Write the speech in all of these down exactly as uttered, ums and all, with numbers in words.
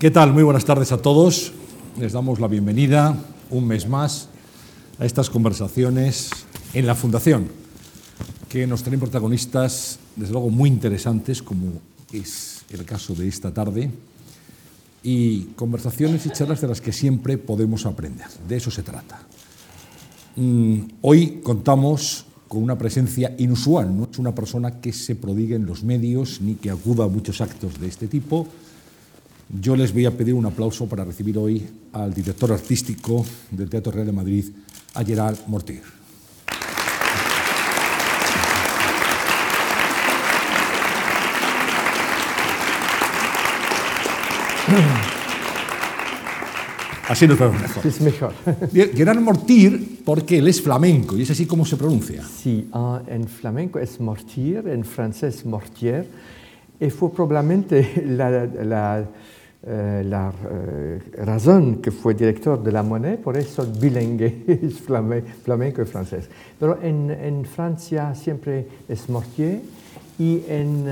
¿Qué tal? Muy buenas tardes a todos. Les damos la bienvenida un mes más a estas conversaciones en la Fundación, que nos traen protagonistas, desde luego, muy interesantes, como es el caso de esta tarde, y conversaciones y charlas de las que siempre podemos aprender. De eso se trata. Hoy contamos con una presencia inusual. No es una persona que se prodigue en los medios ni que acuda a muchos actos de este tipo. Yo les voy a pedir un aplauso para recibir hoy al director artístico del Teatro Real de Madrid, a Gerard Mortier. Así nos vemos mejor. Es mejor. Gerard Mortier, porque él es flamenco, y es así como se pronuncia. Sí, uh, en flamenco es Mortier, en francés Mortier, y fue probablemente la, la, uh, la uh, razón que fue director de la Monnaie, por eso bilingue, es flamenco y francés. Pero en, en Francia siempre es Mortier, y en,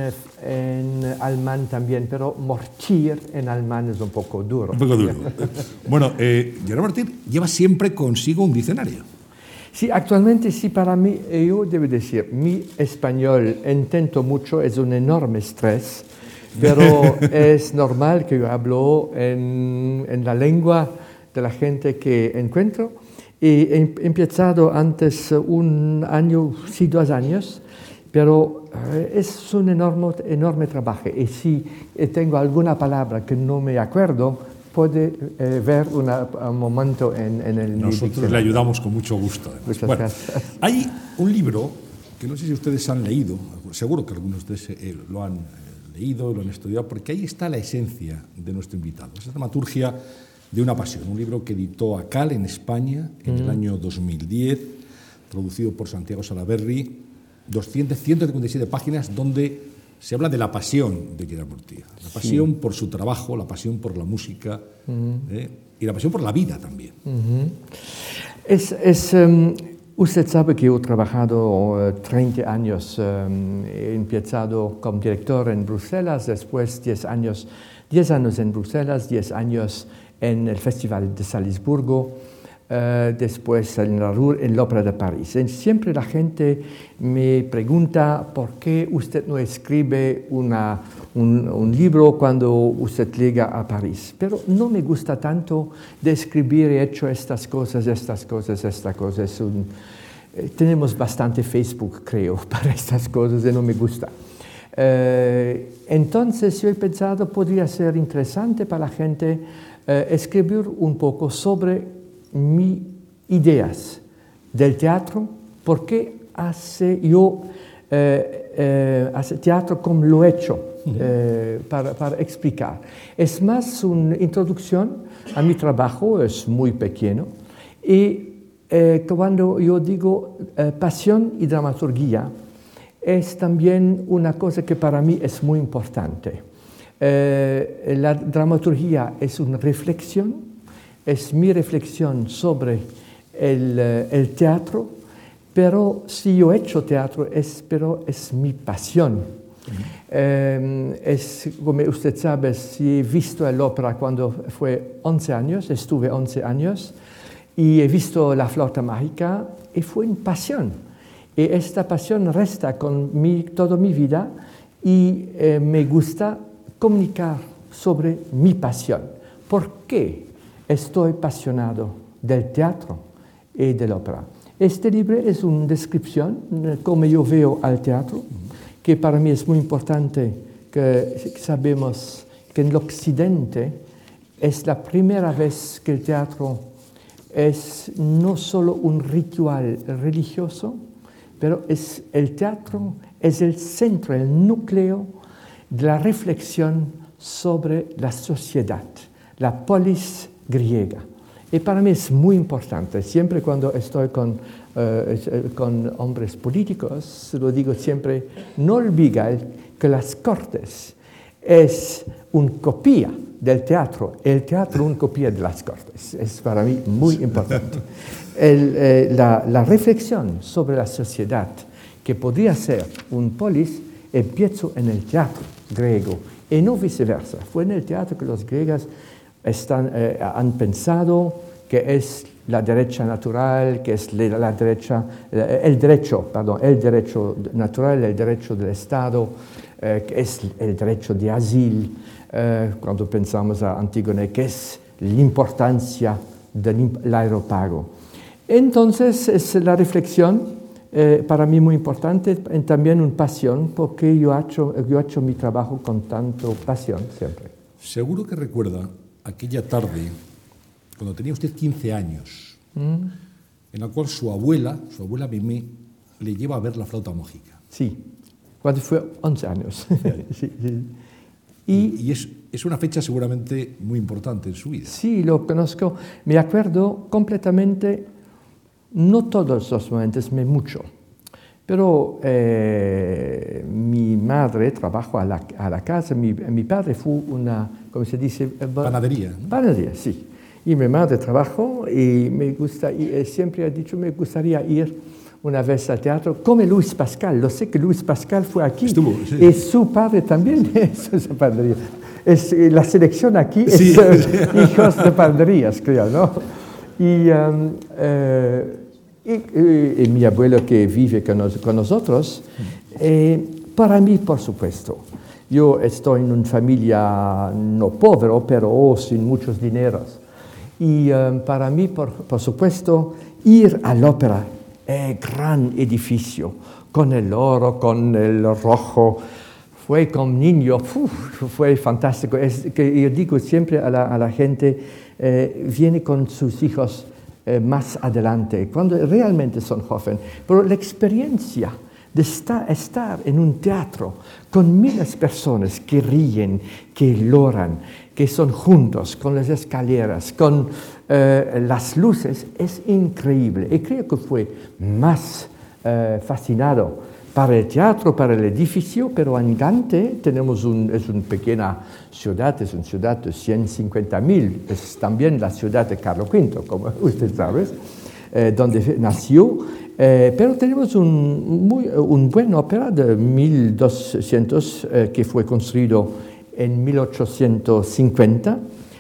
en alemán también, pero Mortier en alemán es un poco duro. Un poco duro. Bueno, eh, Gerard Mortier lleva siempre consigo un diccionario. Sí, actualmente sí, para mí, yo debo decir, mi español intento mucho, es un enorme estrés, pero es normal que yo hablo en, en la lengua de la gente que encuentro. Y he empezado antes un año, sí, dos años, pero es un enorme, enorme trabajo. Y si tengo alguna palabra que no me acuerdo, puede eh, ver una, un momento en, en el Nosotros le ayudamos con mucho gusto. Muchas bueno, gracias. Hay un libro que no sé si ustedes han leído, seguro que algunos de ustedes eh, lo han eh, leído, lo han estudiado, porque ahí está la esencia de nuestro invitado. Es la dramaturgia de una pasión, un libro que editó ACAL en España en mm. el año dos mil diez, traducido por Santiago Salaverry, doscientas, ciento cincuenta y siete páginas, donde se habla de la pasión de Gerard Mortier, la pasión sí. por su trabajo, la pasión por la música uh-huh. eh, y la pasión por la vida también. Uh-huh. Es, es, um, usted sabe que yo he trabajado uh, treinta años, um, he empezado como director en Bruselas, después diez años, diez años en Bruselas, diez años en el Festival de Salzburgo, Uh, después en la, en la Ópera de París. Y siempre la gente me pregunta por qué usted no escribe una, un, un libro cuando usted llega a París. Pero no me gusta tanto de escribir, he hecho estas cosas, estas cosas, estas cosas. Un, eh, tenemos bastante Facebook, creo, para estas cosas y no me gusta. Uh, entonces yo he pensado, podría ser interesante para la gente uh, escribir un poco sobre mis ideas del teatro, por qué hace yo eh, eh, hace teatro como lo he hecho, eh, para, para explicar. Es más una introducción a mi trabajo, es muy pequeño, y eh, cuando yo digo eh, pasión y dramaturgia, es también una cosa que para mí es muy importante. Eh, la dramaturgia es una reflexión, es mi reflexión sobre el, el teatro, pero si yo he hecho teatro, es, pero es mi pasión. Uh-huh. eh, es, como usted sabe, si he visto la ópera cuando fue once años, estuve once años, y he visto La Flauta Mágica, y fue una pasión. Y esta pasión resta con mi, toda mi vida, y eh, me gusta comunicar sobre mi pasión. ¿Por qué estoy apasionado del teatro y de la ópera? Este libro es una descripción de cómo yo veo al teatro, que para mí es muy importante que sabemos que en el Occidente es la primera vez que el teatro es no solo un ritual religioso, pero es, el teatro es el centro, el núcleo de la reflexión sobre la sociedad, la polis griega. Y para mí es muy importante, siempre cuando estoy con, uh, con hombres políticos, lo digo siempre, no olviden que las cortes es una copia del teatro, el teatro una copia de las cortes. Es para mí muy importante. El, eh, la, la reflexión sobre la sociedad que podría ser un polis empieza en el teatro griego y no viceversa. Fue en el teatro que los griegos están, eh, han pensado que es la derecha natural, que es la, la derecha, el derecho, perdón, el derecho natural, el derecho del Estado, eh, que es el derecho de asilo, eh, cuando pensamos a Antígone, que es la importancia del aeropago. Entonces, es la reflexión eh, para mí muy importante, y también una pasión, porque yo he, hecho, yo he hecho mi trabajo con tanto pasión siempre. Seguro que recuerda aquella tarde, cuando tenía usted quince años, mm. en la cual su abuela, su abuela Mimé, le lleva a ver la flauta mágica. Sí, cuando fue once años. sí, sí. Y, y es, es una fecha seguramente muy importante en su vida. Sí, lo conozco. Me acuerdo completamente, no todos los momentos, me mucho. Pero eh, mi madre trabajó a la, a la casa, mi, mi padre fue una, ¿cómo se dice? Panadería. ¿No? Panadería, sí. Y mi madre trabajó y me gusta, y siempre ha dicho, me gustaría ir una vez al teatro, como Luis Pascal. Lo sé que Luis Pascal fue aquí. Estuvo, sí. Y su padre también es esa panadería. Es, la selección aquí es sí, uh, sí. hijos de panaderías, creo, ¿no? Y, um, eh, y, y, y mi abuelo que vive con, nos, con nosotros, eh, para mí, por supuesto. Yo estoy en una familia no pobre, pero sin muchos dineros. Y um, para mí, por, por supuesto, ir a la ópera, eh, gran edificio, con el oro, con el rojo, fue como niño, uf, fue fantástico. Es que yo digo siempre a la, a la gente, eh, viene con sus hijos eh, más adelante, cuando realmente son jóvenes, pero la experiencia de estar, estar en un teatro con miles de personas que ríen, que lloran, que son juntos, con las escaleras, con eh, las luces, es increíble. Y creo que fue más eh, fascinado para el teatro, para el edificio, pero en Gante tenemos un, es una pequeña ciudad, es una ciudad de ciento cincuenta mil, es también la ciudad de Carlos quinto, como usted sabe, eh, donde nació. Eh, pero tenemos un, muy, un buen ópera de mil doscientos eh, que fue construido en mil ochocientos cincuenta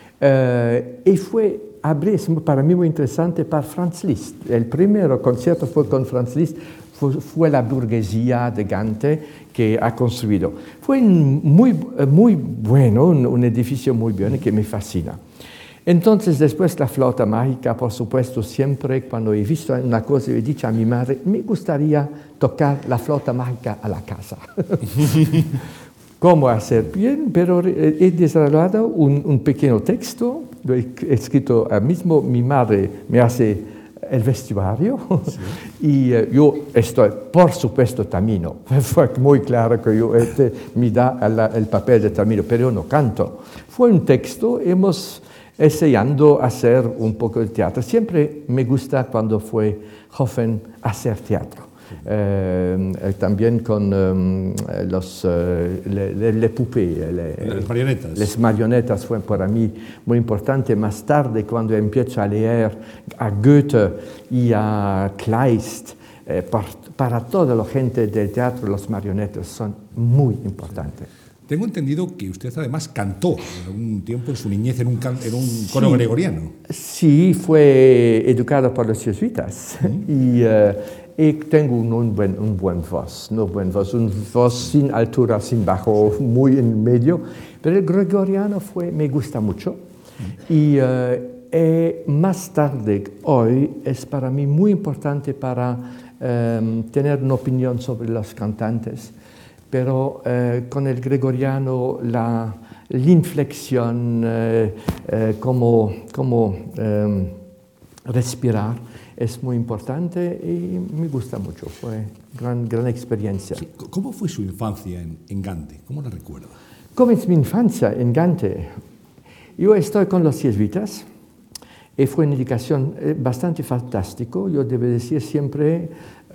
eh, y fue, para mí muy interesante, para Franz Liszt. El primer concierto fue con Franz Liszt, fue, fue la burguesía de Gante que ha construido. Fue muy, muy bueno, un, un edificio muy bueno que me fascina. Entonces, después la flauta mágica, por supuesto, siempre cuando he visto una cosa, he dicho a mi madre, me gustaría tocar la flauta mágica a la casa. ¿Cómo hacer? Bien, pero he desarrollado un, un pequeño texto, lo he escrito ahora mismo, mi madre me hace el vestuario sí. y uh, yo estoy, por supuesto, Tamino. Fue muy claro que yo este, me da la, el papel de Tamino, pero yo no canto. Fue un texto, hemos ensayando a hacer un poco de teatro. Siempre me gusta cuando fue joven hacer teatro. Eh, también con um, los uh, le, le, le poupées, le, las marionetas. Las marionetas fue para mí muy importante. Más tarde, cuando empiezo a leer a Goethe y a Kleist, eh, para, para toda la gente del teatro, las marionetas son muy importantes. Tengo entendido que usted además cantó algún tiempo en su niñez en un, can, en un coro sí, gregoriano. Sí, fue educado por los jesuitas ¿Mm? y, uh, y tengo un, un, buen, un buen voz, no buen voz, un voz sin altura, sin bajo, muy en medio, pero el gregoriano fue, me gusta mucho ¿Mm? y, uh, y más tarde, hoy, es para mí muy importante para um, tener una opinión sobre los cantantes. Pero eh, con el gregoriano la, la inflexión, eh, eh, cómo, cómo eh, respirar es muy importante y me gusta mucho, fue gran, gran experiencia. Sí. ¿Cómo fue su infancia en, en Gante? ¿Cómo la recuerda? ¿Cómo es mi infancia en Gante? Yo estoy con los jesuitas y fue una educación bastante fantástica. Yo debo decir siempre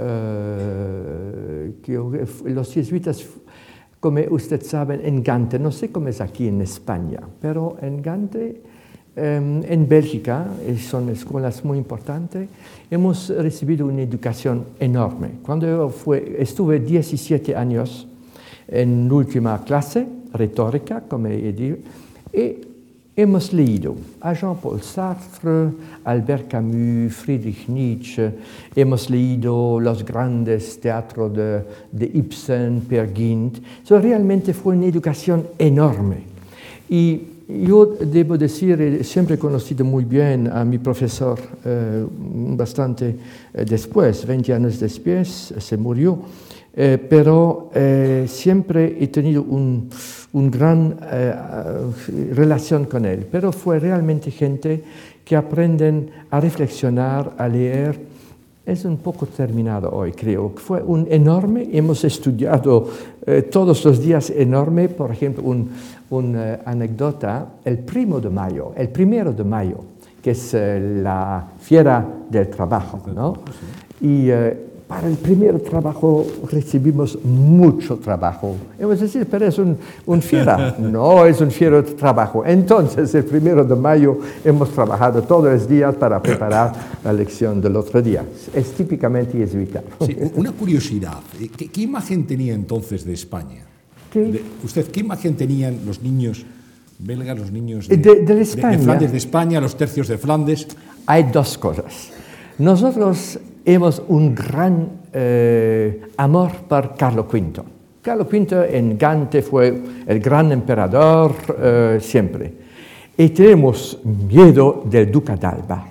uh, que los jesuitas, como usted sabe, en Gante, no sé cómo es aquí en España, pero en Gante, um, en Bélgica, son escuelas muy importantes, hemos recibido una educación enorme. Cuando yo fue, estuve diecisiete años en última clase, retórica, como he dicho, y hemos leído a Jean-Paul Sartre, Albert Camus, Friedrich Nietzsche, hemos leído los grandes teatros de, de Ibsen, Peer Gynt. So, realmente fue una educación enorme. Y yo debo decir, siempre he conocido muy bien a mi profesor, eh, bastante eh, después, veinte años después, se murió, eh, pero eh, siempre he tenido un, un gran eh, relación con él. Pero fue realmente gente que aprenden a reflexionar, a leer. Es un poco terminado hoy, creo. Fue un enorme, hemos estudiado eh, todos los días enorme, por ejemplo, un, una anécdota, el primo de mayo, el primero de mayo, que es eh, la fiera del trabajo, ¿no? Y eh, para el primer trabajo recibimos mucho trabajo. Hemos de decir, pero es un, un fiera. No, es un fiera de trabajo. Entonces, el primero de mayo hemos trabajado todos los días para preparar la lección del otro día. Es típicamente jesuita. Sí, una curiosidad. ¿Qué, qué imagen tenía entonces de España? ¿Qué? De, ¿Usted qué imagen tenían los niños belgas, los niños de, de, de, España, de, de Flandes, de España, los tercios de Flandes? Hay dos cosas. Nosotros hemos un gran eh, amor por Carlo quinto. Carlo quinto en Gante fue el gran emperador eh, siempre. Y tenemos miedo del Duca d'Alba.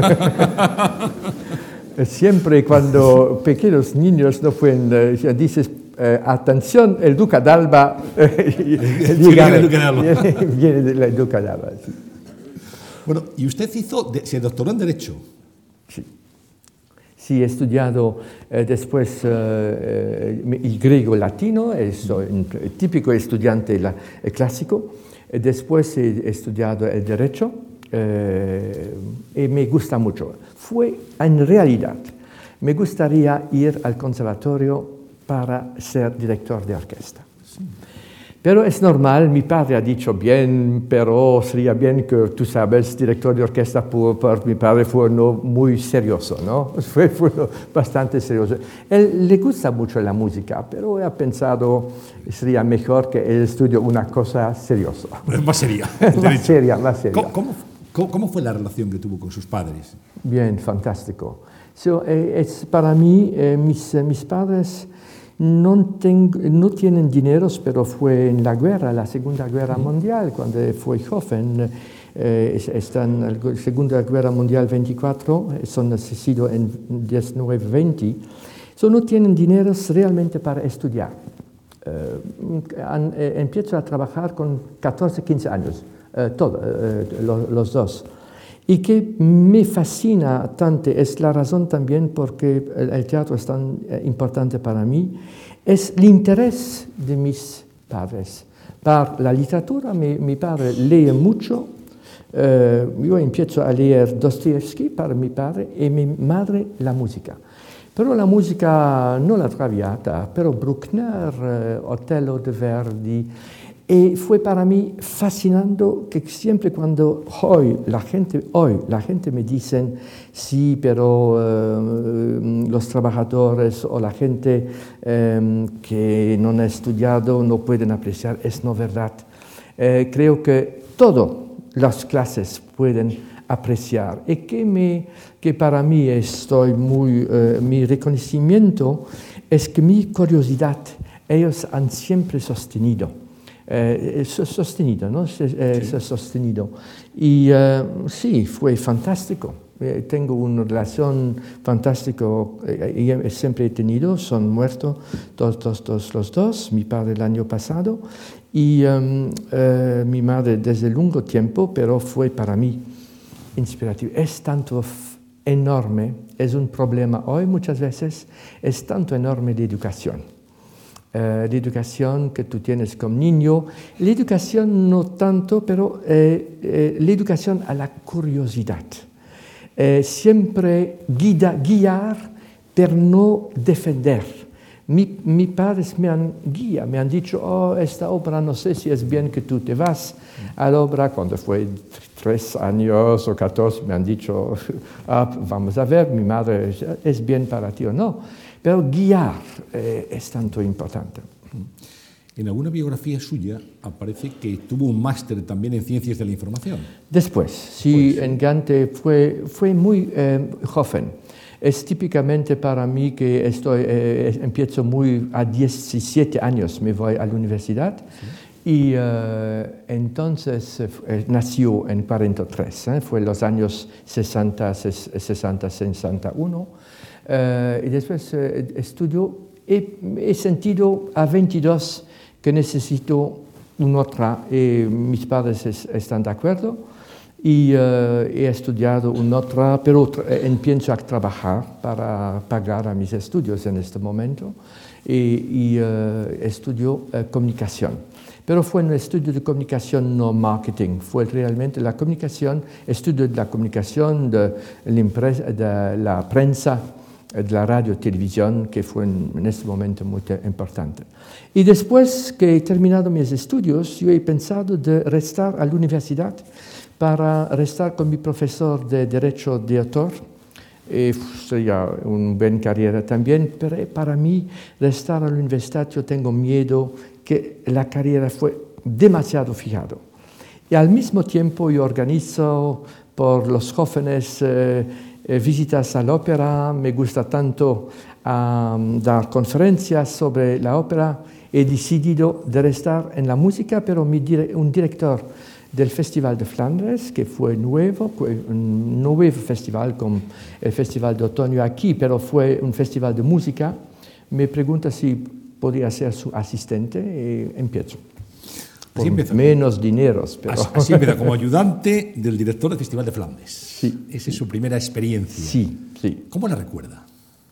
Siempre cuando pequeños niños no pueden, eh, dices, eh, atención, el Duca d'Alba, eh, viene el Duca d'Alba. Viene del Duca d'Alba, sí. Bueno, y usted hizo, de, se doctoró en Derecho. Sí. Sí, he estudiado eh, después eh, el griego latino, soy un típico estudiante la, el clásico. Después he estudiado el derecho eh, y me gusta mucho. Fue, en realidad, me gustaría ir al conservatorio para ser director de orquesta. Sí. Pero es normal, mi padre ha dicho bien, pero sería bien que, tú sabes, director de orquesta por, por mi padre fue no muy serioso, ¿no? Fue, fue bastante serioso. Él le gusta mucho la música, pero he pensado sería mejor que él estudie una cosa seriosa. Más seria. más seria, más seria. ¿Cómo, cómo, ¿Cómo fue la relación que tuvo con sus padres? Bien, fantástico. So, eh, es, para mí, eh, mis, eh, mis padres... No, tengo, no tienen dineros, pero fue en la guerra, la Segunda Guerra Mundial, cuando fue joven. Eh, están en la Segunda Guerra Mundial veinticuatro, son nacidos en mil novecientos veinte. So, no tienen dineros realmente para estudiar. Eh, han, eh, empiezo a trabajar con catorce, quince años, eh, todo, eh, los, los dos. Y que me fascina tanto, es la razón también porque el teatro es tan importante para mí, es el interés de mis padres. Para la literatura, mi, mi padre lee mucho, eh, yo empiezo a leer Dostoyevsky para mi padre y mi madre la música. Pero la música no la Traviata, pero Bruckner, eh, Otello de Verdi. Y fue para mí fascinante que siempre cuando hoy la gente, hoy la gente me dice, sí, pero eh, los trabajadores o la gente eh, que no ha estudiado no pueden apreciar, es no verdad. Eh, creo que todas las clases pueden apreciar y que, me, que para mí estoy muy, eh, mi reconocimiento es que mi curiosidad ellos han siempre sostenido. Eh, sostenido, ¿no? Se, eh, sí. se sostenido. Y eh, sí, fue fantástico. Eh, tengo una relación fantástica, eh, siempre he tenido, son muertos todos, todos, todos los dos, mi padre el año pasado y um, eh, mi madre desde largo tiempo, pero fue para mí inspirativo. Es tanto f- enorme, es un problema hoy muchas veces, es tanto enorme de educación. Uh, la educación que tú tienes como niño, la educación no tanto, pero eh, eh, la educación a la curiosidad. Eh, siempre guida, guiar, pero no defender. Mi, mis padres me han guiado, me han dicho, oh, esta obra no sé si es bien que tú te vas a la obra. Cuando fue tres años o catorce me han dicho, ah, vamos a ver, mi madre, ¿es bien para ti o no? Pero guiar eh, es tanto importante. En alguna biografía suya aparece que tuvo un máster también en Ciencias de la Información. Después, sí, en Gante fue, fue muy eh, joven. Es típicamente para mí que estoy, eh, empiezo muy a diecisiete años, me voy a la universidad. Sí. Y uh, entonces eh, nació en cuarenta y tres, eh, fue los años sesenta, sesenta, sesenta y uno. Uh, y después eh, estudió, he, he sentido a veintidós que necesito una otra, y mis padres es, están de acuerdo, y uh, he estudiado una otra, pero empiezo a trabajar para pagar a mis estudios en este momento, y, y uh, estudio uh, comunicación. Pero fue un estudio de comunicación, no marketing, fue realmente la comunicación, estudio de la comunicación, de la, de la prensa, de la radio y televisión, que fue en, en este momento muy importante. Y después que he terminado mis estudios, yo he pensado de restar a la universidad para restar con mi profesor de Derecho de Autor. Eh, sería una buena carrera también, pero para mí restar a la universidad yo tengo miedo que la carrera fue demasiado fijado. Y al mismo tiempo yo organizo por los jóvenes eh, Eh, visitas a la ópera, me gusta tanto um, dar conferencias sobre la ópera. He decidido de restar en la música, pero mi dire un director del Festival de Flandes, que fue nuevo, un nuevo festival como el Festival de Otoño aquí, pero fue un festival de música, me pregunta si podría ser su asistente y empiezo. Por menos dineros. Pero... Así, así empieza, como ayudante del director del Festival de Flandes. Sí. Esa es su primera experiencia. Sí, sí. ¿Cómo la recuerda?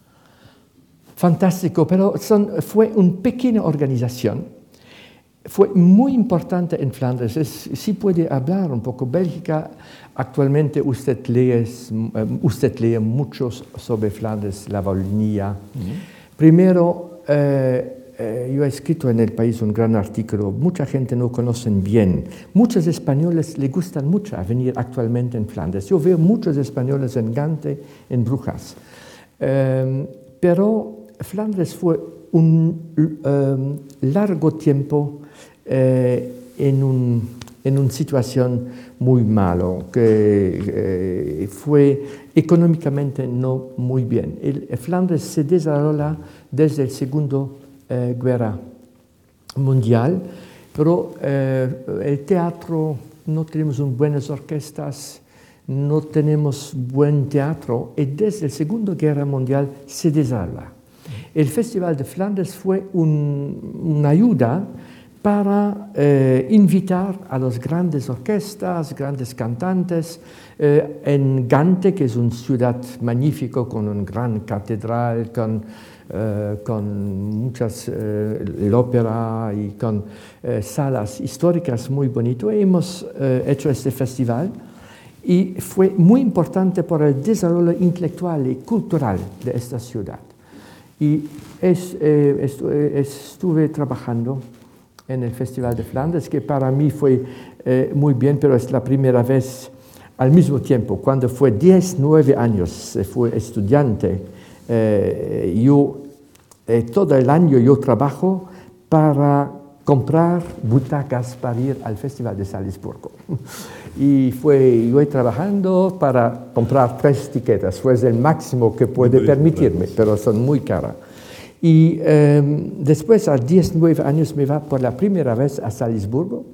Fantástico, pero son, fue una pequeña organización. Fue muy importante en Flandes. Es, sí puede hablar un poco Bélgica. Actualmente usted lee, usted lee mucho sobre Flandes, la Wallonia. Uh-huh. Primero... Eh, Eh, yo he escrito en El País un gran artículo, mucha gente no conoce bien. Muchos españoles les gustan mucho a venir actualmente en Flandes. Yo veo muchos españoles en Gante, en Brujas. Eh, pero Flandes fue un um, largo tiempo eh, en, un, en una situación muy malo, que eh, fue económicamente no muy bien. El, Flandes se desarrolla desde el segundo Eh, guerra mundial, pero eh, el teatro, no tenemos un buenas orquestas, no tenemos buen teatro, y desde la Segunda Guerra Mundial se desarrolla. El Festival de Flandes fue un, una ayuda para eh, invitar a las grandes orquestas, grandes cantantes, eh, en Gante, que es una ciudad magnífica con una gran catedral, con Uh, con muchas uh, ópera y con uh, salas históricas muy bonitas. Hemos uh, hecho este festival y fue muy importante por el desarrollo intelectual y cultural de esta ciudad. Y es, eh, estu estuve trabajando en el Festival de Flandes, que para mí fue eh, muy bien, pero es la primera vez al mismo tiempo, cuando fue diecinueve años, fue estudiante. Eh, yo eh, todo el año yo trabajo para comprar butacas para ir al Festival de Salzburgo. Y fue yo trabajando para comprar tres etiquetas, fue el máximo que puede permitirme, pero son muy caras. Y eh, después, a diecinueve años, me va por la primera vez a Salzburgo.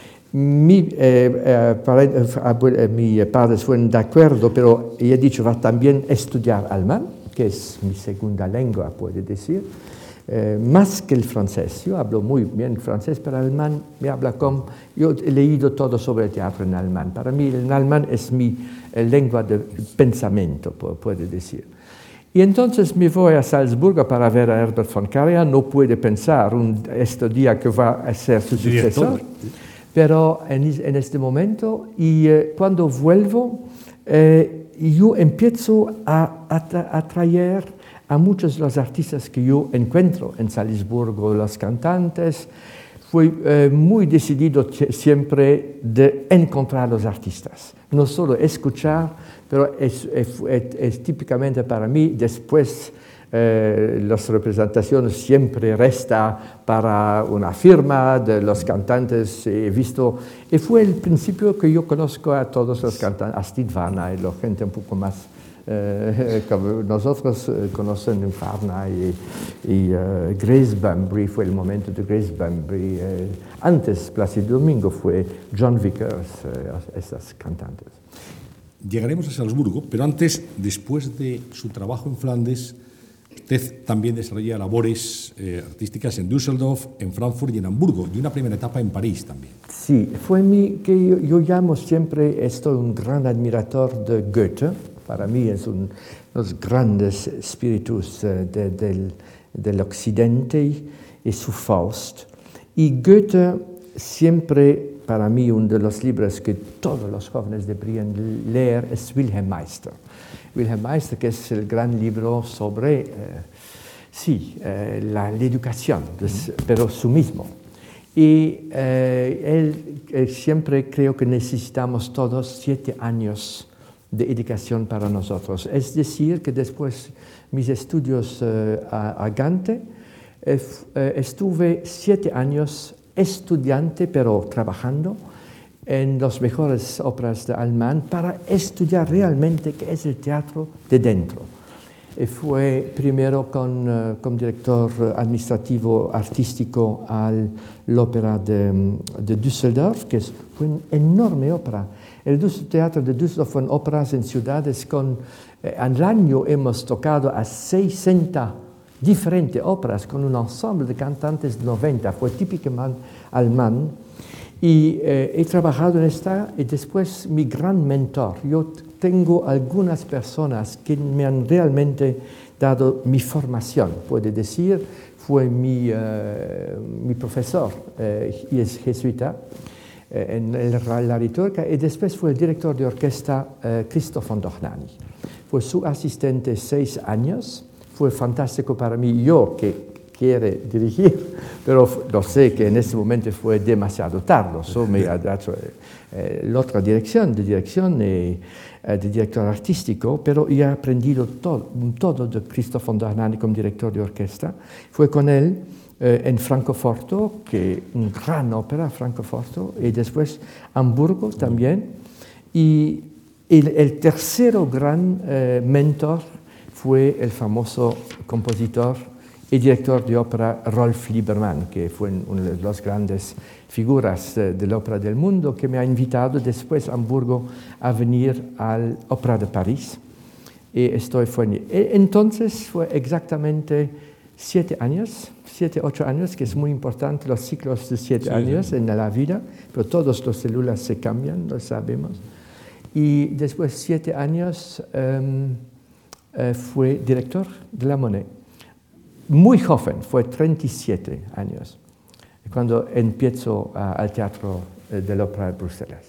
Mi, eh, eh, pare, eh, mi padres fueron de acuerdo, pero he dicho, va también a estudiar alemán, que es mi segunda lengua, puede decir, eh, más que el francés. Yo hablo muy bien francés, pero el alemán me habla como... Yo he leído todo sobre el teatro en alemán. Para mí el alemán es mi eh, lengua de pensamiento, puede decir. Y entonces me voy a Salzburgo para ver a Herbert von Karajan. No puede pensar un, este día que va a ser su sucesor. Pero en, en este momento, y eh, cuando vuelvo, eh, yo empiezo a atraer a muchos de los artistas que yo encuentro en Salzburgo, los cantantes. Fui eh, muy decidido siempre de encontrar los artistas, no solo escuchar, pero es, es, es típicamente para mí, después Eh, las representaciones siempre resta para una firma de los cantantes, he visto, y fue el principio que yo conozco a todos los cantantes, a Steve Vanna y la gente un poco más, eh, como nosotros eh, conocen Vanna y, y uh, Grace Bumbry, fue el momento de Grace Bumbry, eh, antes Plácido Domingo fue John Vickers, eh, esas cantantes. Llegaremos a Salzburgo, pero antes, después de su trabajo en Flandes, usted también desarrolla labores eh, artísticas en Düsseldorf, en Frankfurt y en Hamburgo, y una primera etapa en París también. Sí, fue mi, que yo, yo llamo siempre, estoy un gran admirador de Goethe, para mí es uno de los grandes espíritus eh, de, del, del occidente y su Faust. Y Goethe siempre, para mí, uno de los libros que todos los jóvenes deberían leer es Wilhelm Meister. Wilhelm Meister, que es el gran libro sobre, eh, sí, eh, la, la educación, pues, pero su mismo. Y eh, él, él siempre creo que necesitamos todos siete años de educación para nosotros. Es decir, que después mis estudios eh, a, a Gante, eh, eh, estuve siete años estudiante, pero trabajando en las mejores óperas de alemán para estudiar realmente qué es el teatro de dentro. Y fue primero con, uh, como director administrativo artístico a l'ópera de, de Düsseldorf, que es, fue una enorme ópera. El teatro de Düsseldorf fue óperas en ciudades con, eh, al año hemos tocado a sesenta diferentes óperas con un ensemble de cantantes de noventa, fue típicamente alemán. Y eh, he trabajado en esta, y después mi gran mentor. Yo tengo algunas personas que me han realmente dado mi formación, puede decir, fue mi, uh, mi profesor, eh, y es jesuita, eh, en el, la retórica, y después fue el director de orquesta eh, Christoph von Dohnanyi. Fue su asistente seis años, fue fantástico para mí, yo que quiere dirigir, pero lo sé que en ese momento fue demasiado tarde, eso me ha dado eh, la otra dirección, de dirección y eh, de director artístico, pero yo he aprendido todo, todo de Christoph von Dohnanyi como director de orquesta. Fue con él eh, en Francoforte, que una gran ópera, Francoforte, y después Hamburgo también. Y el, el tercero gran eh, mentor fue el famoso compositor y director de ópera Rolf Liebermann, que fue una de las grandes figuras de, de la ópera del mundo, que me ha invitado después a Hamburgo a venir a la Ópera de París. Y estoy fue, entonces fue exactamente siete años, siete, ocho años, que es muy importante, los ciclos de siete sí, años sí. en la vida, pero todas las células se cambian, lo sabemos. Y después siete años um, uh, fue director de la Monnaie. Muy joven, fue treinta y siete años, cuando empiezo uh, al Teatro de la Ópera de Bruselas.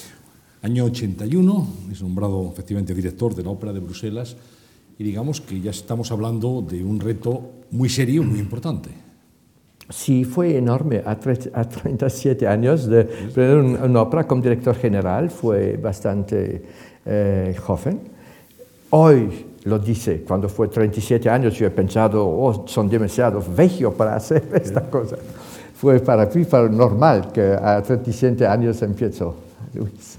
Año ochenta y uno, es nombrado efectivamente director de la Ópera de Bruselas, y digamos que ya estamos hablando de un reto muy serio, muy importante. Sí, fue enorme, a, a treinta y siete años, de una, una ópera como director general, fue bastante eh, joven. Hoy lo dice, cuando fue treinta y siete años, yo he pensado, oh, son demasiado viejos para hacer esta sí. cosa. Fue para mí fue normal que a treinta y siete años empiezo, Luis.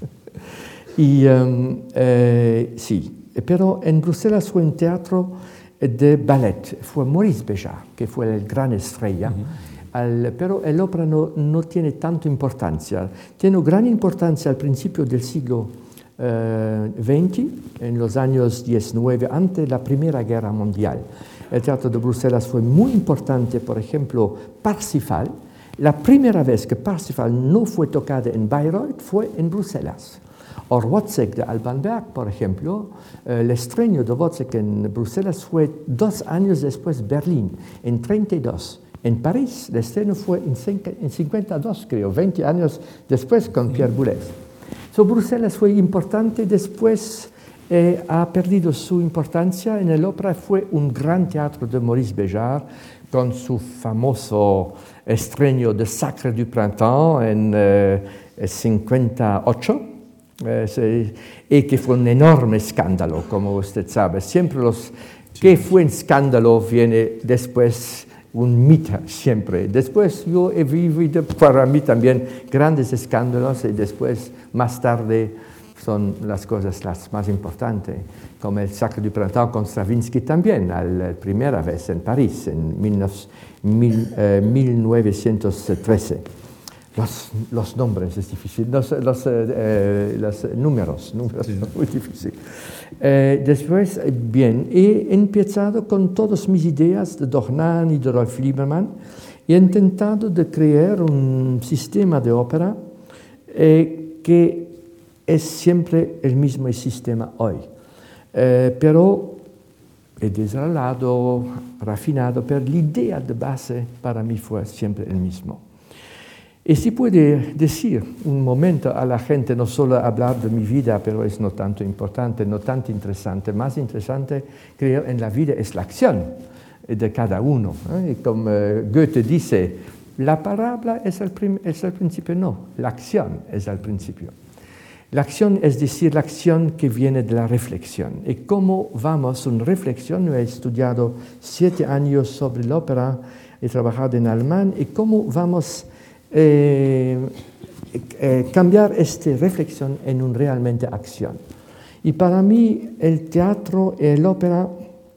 Y um, eh, sí, pero en Bruselas fue un teatro de ballet, fue Maurice Béjart, que fue el gran estrella, uh-huh. al, pero el ópera no, no tiene tanta importancia. Tiene gran importancia al principio del siglo Uh, veinte, en los años diecinueve, ante la Primera Guerra Mundial. El Teatro de Bruselas fue muy importante, por ejemplo, Parsifal. La primera vez que Parsifal no fue tocada en Bayreuth fue en Bruselas. O Wozzeck de Alban Berg, por ejemplo, uh, el estreno de Wozzeck en Bruselas fue dos años después Berlín, en treinta y dos. En París, el estreno fue en cincuenta y dos, creo, veinte años después con Pierre Boulez. So, Bruselas fue importante, después eh, ha perdido su importancia. En el ópera fue un gran teatro de Maurice Béjart, con su famoso estreno de Sacre du Printemps en eh, cincuenta y ocho, eh, se, y que fue un enorme escándalo, como usted sabe. Siempre los Sí. ¿Qué fue un escándalo? Viene después un mito siempre. Después yo he vivido para mí también grandes escándalos y después, más tarde, son las cosas las más importantes, como el Sacre du Printemps con Stravinsky también, la primera vez en París, en mil novecientos trece. Los, los nombres es difícil, los, los, eh, los números, números sí. Son muy difíciles. Eh, después, bien, he empezado con todas mis ideas de Dornan y de Rolf Liebermann y he intentado de crear un sistema de ópera eh, que es siempre el mismo sistema hoy, eh, pero he desarrollado, refinado, pero la idea de base para mí fue siempre el mismo. Y si puede decir un momento a la gente, no solo hablar de mi vida, pero es no tanto importante, no tanto interesante, más interesante creo en la vida es la acción de cada uno. ¿eh? Como Goethe dice, la palabra es el, prim- es el principio, no, la acción es el principio. La acción es decir, la acción que viene de la reflexión. Y cómo vamos en reflexión, yo he estudiado siete años sobre la ópera, he trabajado en alemán, y cómo vamos Eh, eh, cambiar esta reflexión en un realmente acción. Y para mí el teatro y la ópera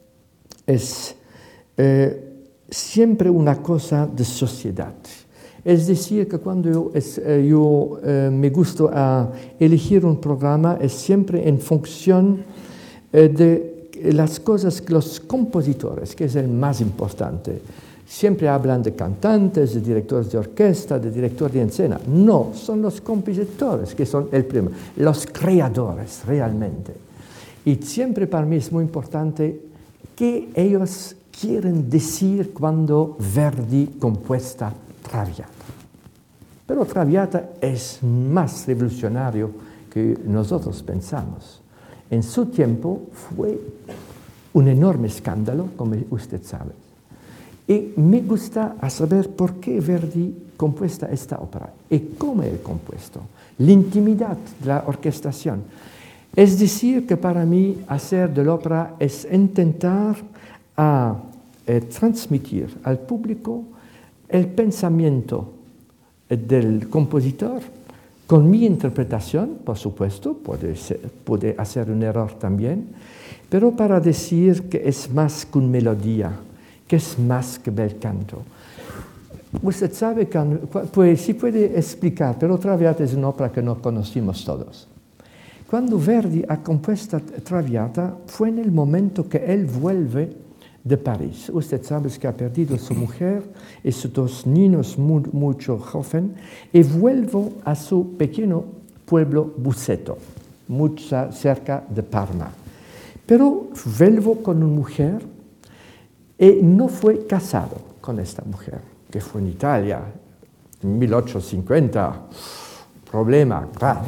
es eh, siempre una cosa de sociedad. Es decir, que cuando yo, es, eh, yo eh, me gusta a elegir un programa es siempre en función eh, de las cosas que los compositores, que es el más importante, siempre hablan de cantantes, de directores de orquesta, de directores de escena. No, son los compositores que son el primero, los creadores realmente. Y siempre para mí es muy importante qué ellos quieren decir cuando Verdi compuesta Traviata. Pero Traviata es más revolucionario que nosotros pensamos. En su tiempo fue un enorme escándalo, como usted sabe. Y me gusta saber por qué Verdi compuesta esta ópera y cómo he compuesto, la intimidad de la orquestación. Es decir, que para mí hacer de la ópera es intentar a, eh, transmitir al público el pensamiento del compositor con mi interpretación, por supuesto, puede, ser, puede hacer un error también, pero para decir que es más que una melodía, que es más que bel canto. Usted sabe que pues, sí puede explicar, pero Traviata es una ópera que no conocimos todos. Cuando Verdi ha compuesto Traviata fue en el momento que él vuelve de París. Usted sabe que ha perdido a su mujer y sus dos niños muy, mucho joven y vuelve a su pequeño pueblo Busseto, muy cerca de Parma. Pero vuelve con una mujer y no fue casado con esta mujer, que fue en Italia, en mil ochocientos cincuenta, problema grave.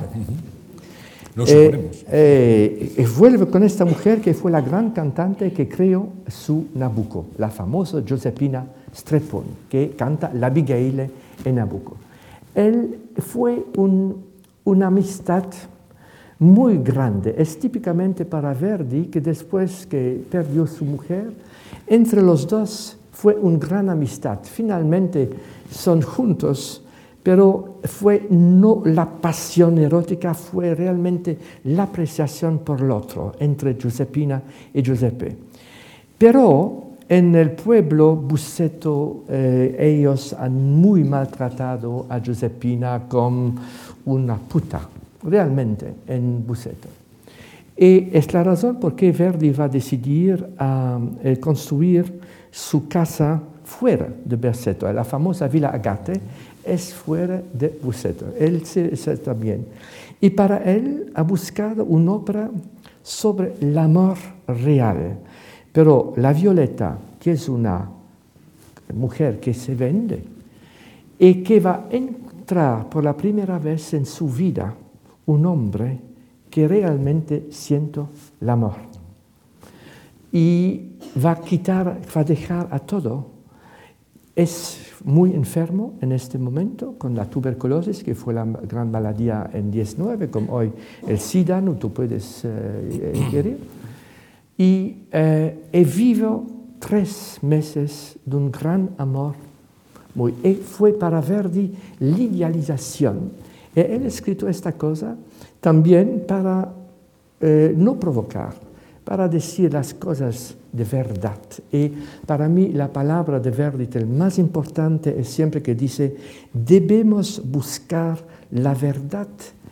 Lo suponemos. Eh, eh, vuelve con esta mujer que fue la gran cantante que creó su Nabucco, la famosa Giuseppina Strepponi, que canta l'Abigail en Nabucco. Él fue un, una amistad muy grande, es típicamente para Verdi, que después que perdió su mujer, entre los dos fue una gran amistad. Finalmente son juntos, pero fue no la pasión erótica, fue realmente la apreciación por el otro, entre Giuseppina y Giuseppe. Pero en el pueblo Busseto eh, ellos han muy maltratado a Giuseppina como una puta, realmente, en Busseto. Y es la razón por qué Verdi va a decidir a uh, construir su casa fuera de Busseto. La famosa Villa Agate es fuera de Busseto. Él se está bien. Y para él ha buscado una ópera sobre el amor real. Pero la Violeta, que es una mujer que se vende y que va a entrar por la primera vez en su vida un hombre que realmente siento el amor. Y va a quitar, va a dejar a todo. Es muy enfermo en este momento con la tuberculosis, que fue la gran maladía en diecinueve, como hoy el SIDA, no tú puedes eh, querer. y eh, he vivido tres meses de un gran amor. Muy, y fue para Verdi la idealización. Y él ha escrito esta cosa también para eh, no provocar, para decir las cosas de verdad. Y para mí la palabra de Verdi, el más importante, es siempre que dice, debemos buscar la verdad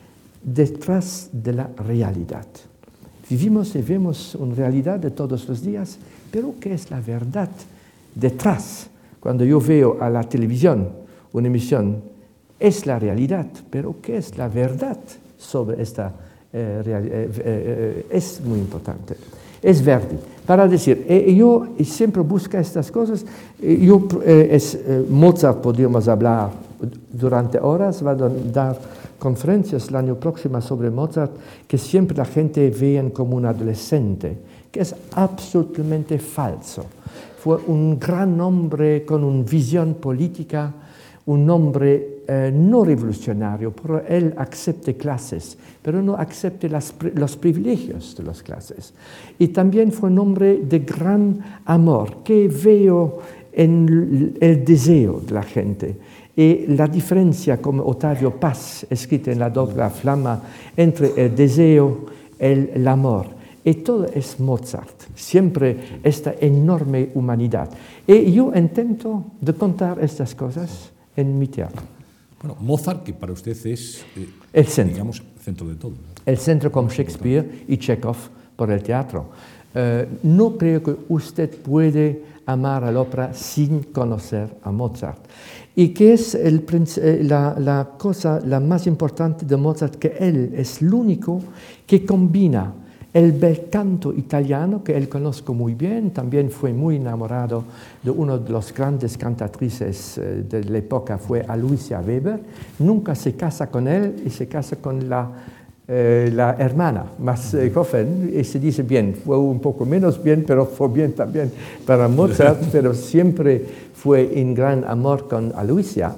detrás de la realidad. Vivimos y vemos una realidad de todos los días, pero ¿qué es la verdad detrás? Cuando yo veo a la televisión una emisión, es la realidad, pero ¿qué es la verdad sobre esta eh, realidad? Eh, eh, eh, es muy importante. Es Verdi. Para decir, eh, yo siempre busco estas cosas. Eh, yo, eh, es, eh, Mozart podríamos hablar durante horas, va a dar conferencias el año próximo sobre Mozart, que siempre la gente ve como un adolescente, que es absolutamente falso. Fue un gran hombre con una visión política, un hombre eh, no revolucionario, pero él acepta clases, pero no acepta las, los privilegios de las clases. Y también fue un hombre de gran amor, que veo en el deseo de la gente. Y la diferencia, como Ottavio Paz, escrita en la doble flama, entre el deseo y el amor. Y todo es Mozart, siempre esta enorme humanidad. Y yo intento de contar estas cosas en mi teatro. Bueno, Mozart, que para usted es, eh, el centro. digamos, el centro de todo, ¿no? El centro como Shakespeare y Chekhov por el teatro. Uh, no creo que usted puede amar a la ópera sin conocer a Mozart. Y que es el, la, la cosa la más importante de Mozart, que él es el único que combina el bel canto italiano, que él conozco muy bien, también fue muy enamorado de uno de los grandes cantatrices eh, de la época, fue Aloysia Weber. Nunca se casa con él y se casa con la, eh, la hermana más eh, joven, y se dice bien, fue un poco menos bien, pero fue bien también para Mozart, pero siempre fue en gran amor con Aloysia.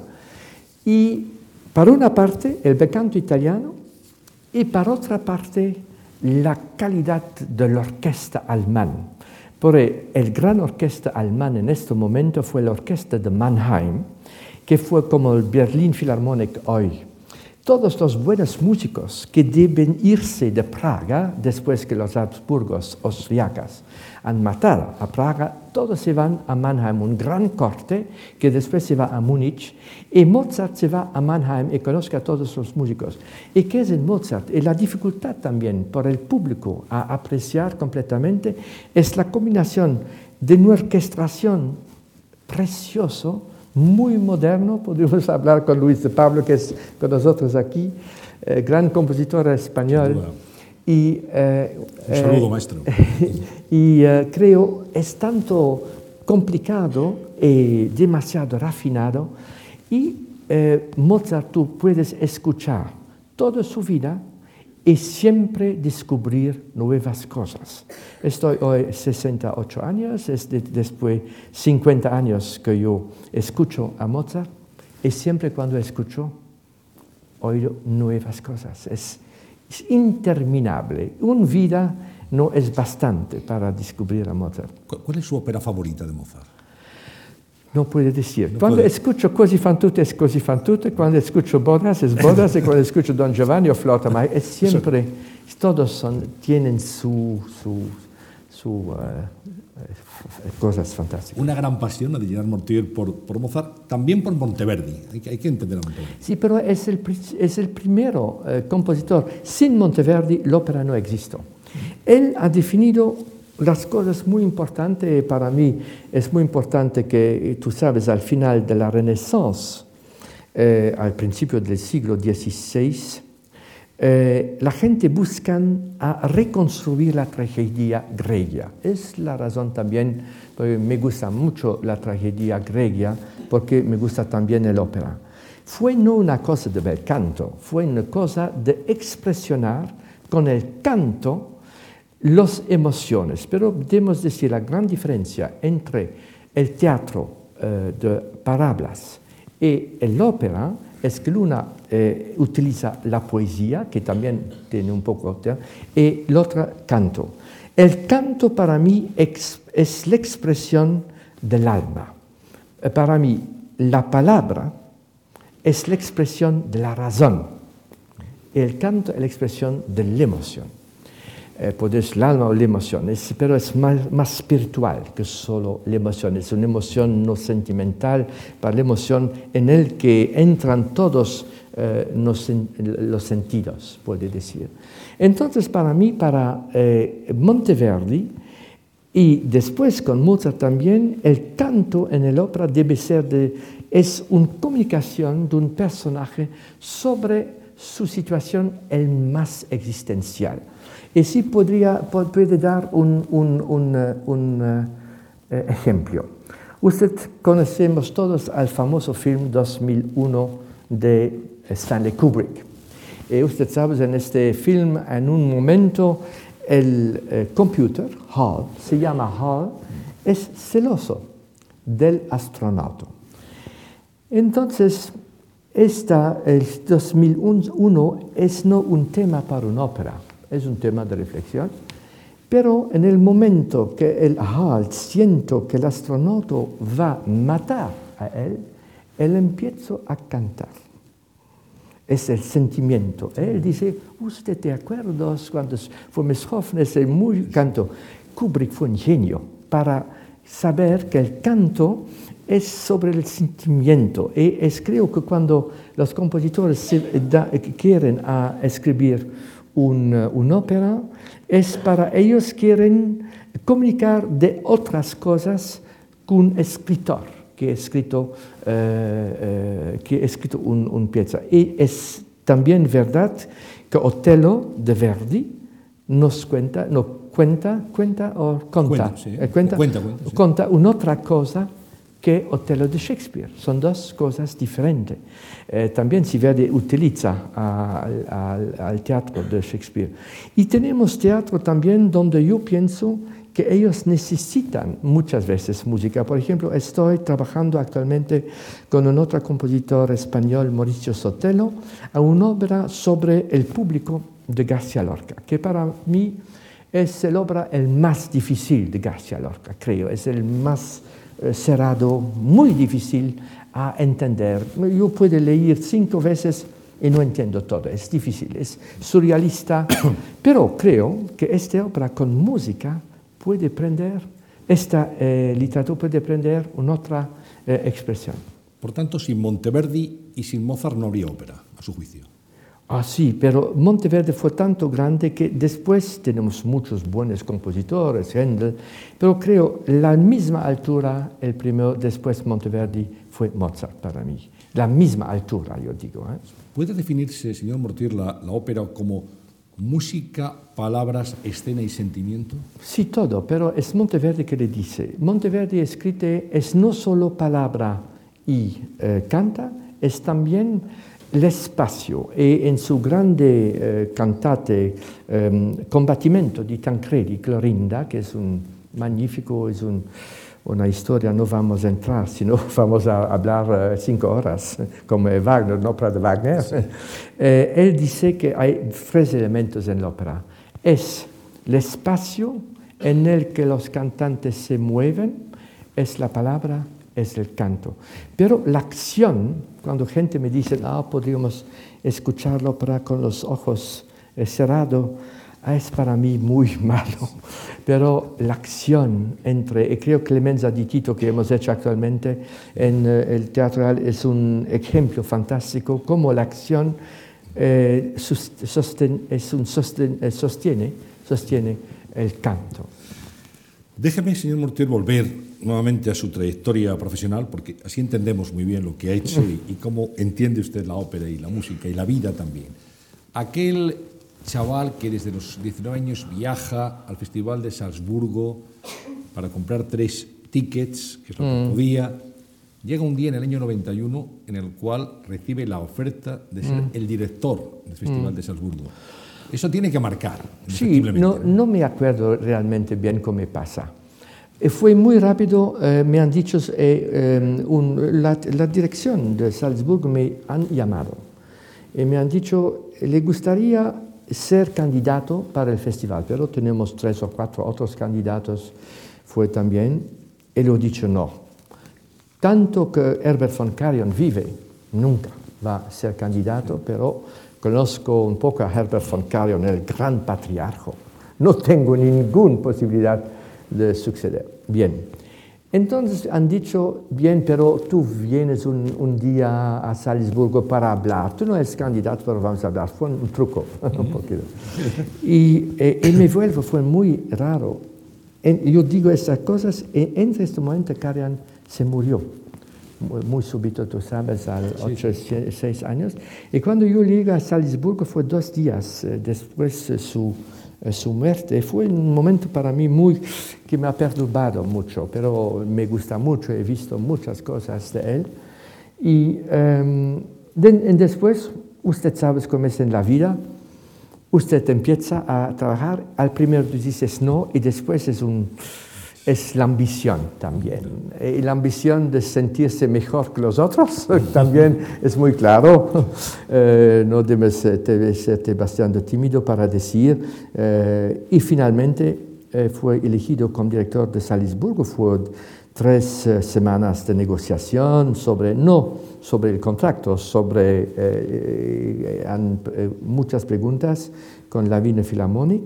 Y por una parte, el bel canto italiano, y por otra parte, la calidad de la orquesta alemana. Porque el gran orquesta alemana en este momento fue la orquesta de Mannheim, que fue como el Berlin Philharmonic hoy. Todos los buenos músicos que deben irse de Praga, después que los Habsburgos austriacos han matado a Praga, todos se van a Mannheim, un gran corte, que después se va a Múnich, y Mozart se va a Mannheim y conoce a todos los músicos. ¿Y qué es el Mozart? Y la dificultad también para el público a apreciar completamente es la combinación de una orquestación precioso, muy moderno. Podríamos hablar con Luis de Pablo, que es con nosotros aquí, eh, gran compositor español. Y, eh, Un saludo, eh, maestro. Y eh, creo es tanto complicado y demasiado refinado. Y eh, Mozart, tú puedes escuchar toda su vida y siempre descubrir nuevas cosas. Estoy hoy sesenta y ocho años, es de, después cincuenta años que yo escucho a Mozart, y siempre cuando escucho, oigo nuevas cosas. Es, es interminable. Una vida no es bastante para descubrir a Mozart. ¿Cuál es su ópera favorita de Mozart? No puede decir. No cuando puede. escucho Così fan tutte, es Così fan tutte. Cuando escucho Bodas, es Bodas. Y cuando escucho Don Giovanni o Flauta Mágica, es siempre, todos son, tienen su, su, su uh, cosas fantásticas. Una gran pasión, la de Gerard Mortier, por, por Mozart, también por Monteverdi. Hay que, hay que entender a Monteverdi. Sí, pero es el, es el primero uh, compositor. Sin Monteverdi, l'ópera no existe. Él ha definido las cosas muy importantes. Para mí es muy importante que, tú sabes, al final de la Renaissance, eh, al principio del siglo dieciséis, eh, la gente busca a reconstruir la tragedia griega. Es la razón también, porque me gusta mucho la tragedia griega, porque me gusta también el ópera. Fue no una cosa de bel canto, fue una cosa de expresionar con el canto las emociones, pero debemos decir la gran diferencia entre el teatro eh, de parábolas y el ópera es que una eh, utiliza la poesía, que también tiene un poco, y la otra canto. El canto para mí ex, es la expresión del alma. Para mí, la palabra es la expresión de la razón. El canto es la expresión de la emoción. Eh, puede ser el alma o la emoción, es, pero es más, más espiritual que solo la emoción. Es una emoción no sentimental, para la emoción en la que entran todos eh, los, los sentidos, puede decir. Entonces, para mí, para eh, Monteverdi, y después con Mozart también, el canto en el ópera debe ser de, es una comunicación de un personaje sobre su situación el más existencial. Y sí podría, puede dar un, un, un, un uh, ejemplo. Usted conocemos todos al famoso film dos mil uno de Stanley Kubrick. Y usted sabe, en este film, en un momento, el eh, computer, Hall, se llama Hall, es celoso del astronauta. Entonces, esta, el dos mil uno es no un tema para una ópera, es un tema de reflexión, pero en el momento que el Hall siente que el astronauta va a matar a él, él empieza a cantar. Es el sentimiento. Él dice, ¿usted te acuerda cuando fuimos jóvenes? El muy canto. Kubrick fue un genio para saber que el canto es sobre el sentimiento. Y es, creo que cuando los compositores se da, quieren a escribir un, una ópera, es para ellos quieren comunicar de otras cosas que un escritor que ha escrito, eh, eh, que ha escrito un, un pieza. Y es también verdad que Otello de Verdi nos cuenta, no, cuenta, cuenta o conta, cuenta, sí. eh, cuenta, cuenta, cuenta, sí. Conta una otra cosa que Otello de Shakespeare. Son dos cosas diferentes. Eh, también si Verdi utiliza al, al, al teatro de Shakespeare. Y tenemos teatro también donde yo pienso que ellos necesitan muchas veces música. Por ejemplo, estoy trabajando actualmente con un otro compositor español, Mauricio Sotelo, a una obra sobre el público de García Lorca, que para mí es la obra el más difícil de García Lorca, creo. Es el más eh, cerrado, muy difícil a entender. Yo puedo leer cinco veces y no entiendo todo, es difícil, es surrealista, pero creo que esta obra con música puede prender, esta eh, literatura puede prender una otra eh, expresión. Por tanto, sin Monteverdi y sin Mozart no habría ópera, a su juicio. Ah, sí, pero Monteverdi fue tanto grande que después tenemos muchos buenos compositores, Händel, pero creo la misma altura, el primero, después Monteverdi fue Mozart para mí. La misma altura, yo digo. ¿eh? ¿Puede definirse, señor Mortier, la, la ópera como música, palabras, escena y sentimiento? Sí, todo, pero es Monteverdi que le dice. Monteverdi escribe, es no solo palabra y eh, canta, es también el espacio. Y en su grande eh, cantate eh, Combattimento di Tancredi, Clorinda, que es un magnífico, es un, una historia, no vamos a entrar, sino vamos a hablar uh, cinco horas, como Wagner, una ópera de Wagner. Sí. Eh, él dice que hay tres elementos en la ópera. Es el espacio en el que los cantantes se mueven, es la palabra, es el canto. Pero la acción, cuando gente me dice, ah, podríamos escuchar la ópera con los ojos eh, cerrados, es para mí muy malo, pero la acción entre, y creo que Clemenza di Tito que hemos hecho actualmente en uh, el teatro es un ejemplo fantástico, como la acción eh, sosten, es un sosten, eh, sostiene, sostiene el canto. Déjeme, señor Mortier, volver nuevamente a su trayectoria profesional, porque así entendemos muy bien lo que ha hecho y, y cómo entiende usted la ópera y la música y la vida también. Aquel chaval que desde los diecinueve años viaja al Festival de Salzburgo para comprar tres tickets, que es lo que mm. podía, llega un día en el año noventa y uno en el cual recibe la oferta de ser mm. el director del Festival mm. de Salzburgo. Eso tiene que marcar. Sí, no, no me acuerdo realmente bien cómo pasa. Fue muy rápido, eh, me han dicho, eh, eh, un, la, la dirección de Salzburgo me han llamado y me han dicho, le gustaría ser candidato para el festival, pero tenemos tres o cuatro otros candidatos, fue también, y lo dicho no. Tanto que Herbert von Karajan vive, nunca va a ser candidato, pero conozco un poco a Herbert von Karajan, el gran patriarca. No tengo ninguna posibilidad de suceder. Bien. Entonces han dicho, bien, pero tú vienes un, un día a Salzburgo para hablar. Tú no eres candidato, pero vamos a hablar. Fue un, un truco. y, eh, y me vuelvo, fue muy raro. En, yo digo estas cosas, y en este momento Karajan se murió. Muy, muy súbito, tú sabes, a ocho, seis años. Y cuando yo llegué a Salzburgo fue dos días eh, después de su... su muerte. Fue un momento para mí muy, que me ha perturbado mucho, pero me gusta mucho, he visto muchas cosas de él. Y um, de, después, usted sabe cómo es en la vida, usted empieza a trabajar, al primero dices no, y después es, un, es la ambición también. Y la ambición de sentirse mejor que los otros también es muy claro. Eh, no debes, debes ser bastante tímido para decir. Eh, y finalmente eh, fue elegido como director de Salzburgo. Fue tres eh, semanas de negociación sobre, no sobre el contrato, sobre eh, eh, eh, muchas preguntas con la Wiener Philharmonic.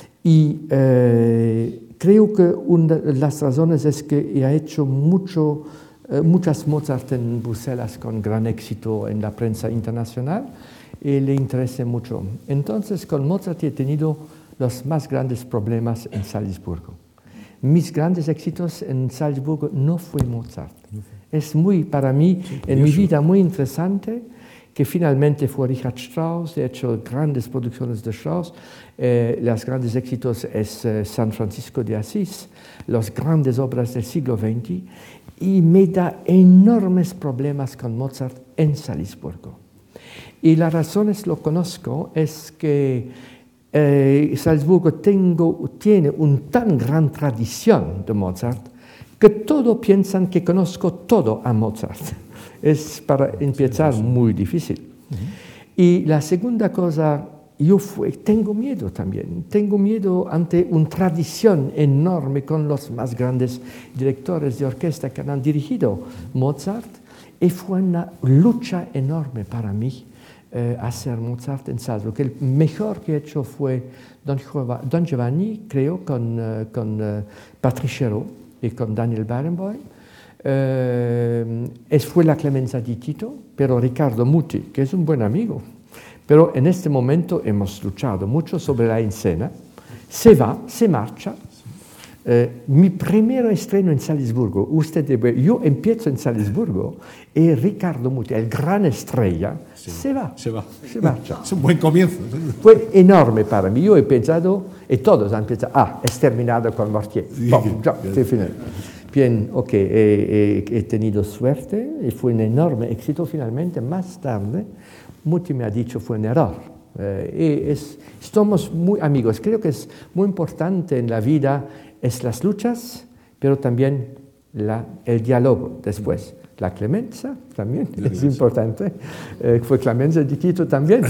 Y eh, creo que una de las razones es que ha hecho mucho, eh, muchas Mozart en Bruselas con gran éxito en la prensa internacional y le interesa mucho. Entonces, con Mozart he tenido los más grandes problemas en Salzburgo. Mis grandes éxitos en Salzburgo no fue Mozart. Es muy, para mí, sí, en mi vida muy interesante que finalmente fue Richard Strauss, he hecho grandes producciones de Strauss, eh, los grandes éxitos es eh, San Francisco de Asís, las grandes obras del siglo veinte, y me da enormes problemas con Mozart en Salzburgo. Y las razones lo conozco, es que eh, Salzburgo tengo, tiene una tan gran tradición de Mozart que todos piensan que conozco todo a Mozart. Es para empezar muy difícil. Uh-huh. Y la segunda cosa, yo fue, tengo miedo también. Tengo miedo ante una tradición enorme con los más grandes directores de orquesta que han dirigido Mozart. Y fue una lucha enorme para mí eh, hacer Mozart en Salzburgo. El mejor que he hecho fue Don, Don Giovanni, creo, con, uh, con uh, Patrice Chéreau y con Daniel Barenboim. Eh, es, fue la Clemenza di Tito, pero Ricardo Muti, que es un buen amigo, pero en este momento hemos luchado mucho sobre la escena, se va, se marcha. Eh, mi primer estreno en Salzburgo, usted debe, yo empiezo en Salzburgo y Ricardo Muti, el gran estrella, sí, se va, se va, se marcha. Es un buen comienzo. Fue enorme para mí, yo he pensado, y todos han pensado, ah, es terminado con Mortier, sí, bon, ya, se final. Bien, ok, he, he, he tenido suerte y fue un enorme éxito finalmente. Más tarde, Muti me ha dicho fue un error. Eh, y es, somos muy amigos. Creo que es muy importante en la vida es las luchas, pero también la, el diálogo después. La clemencia también la es importante. Eh, fue Clemenza di Tito también.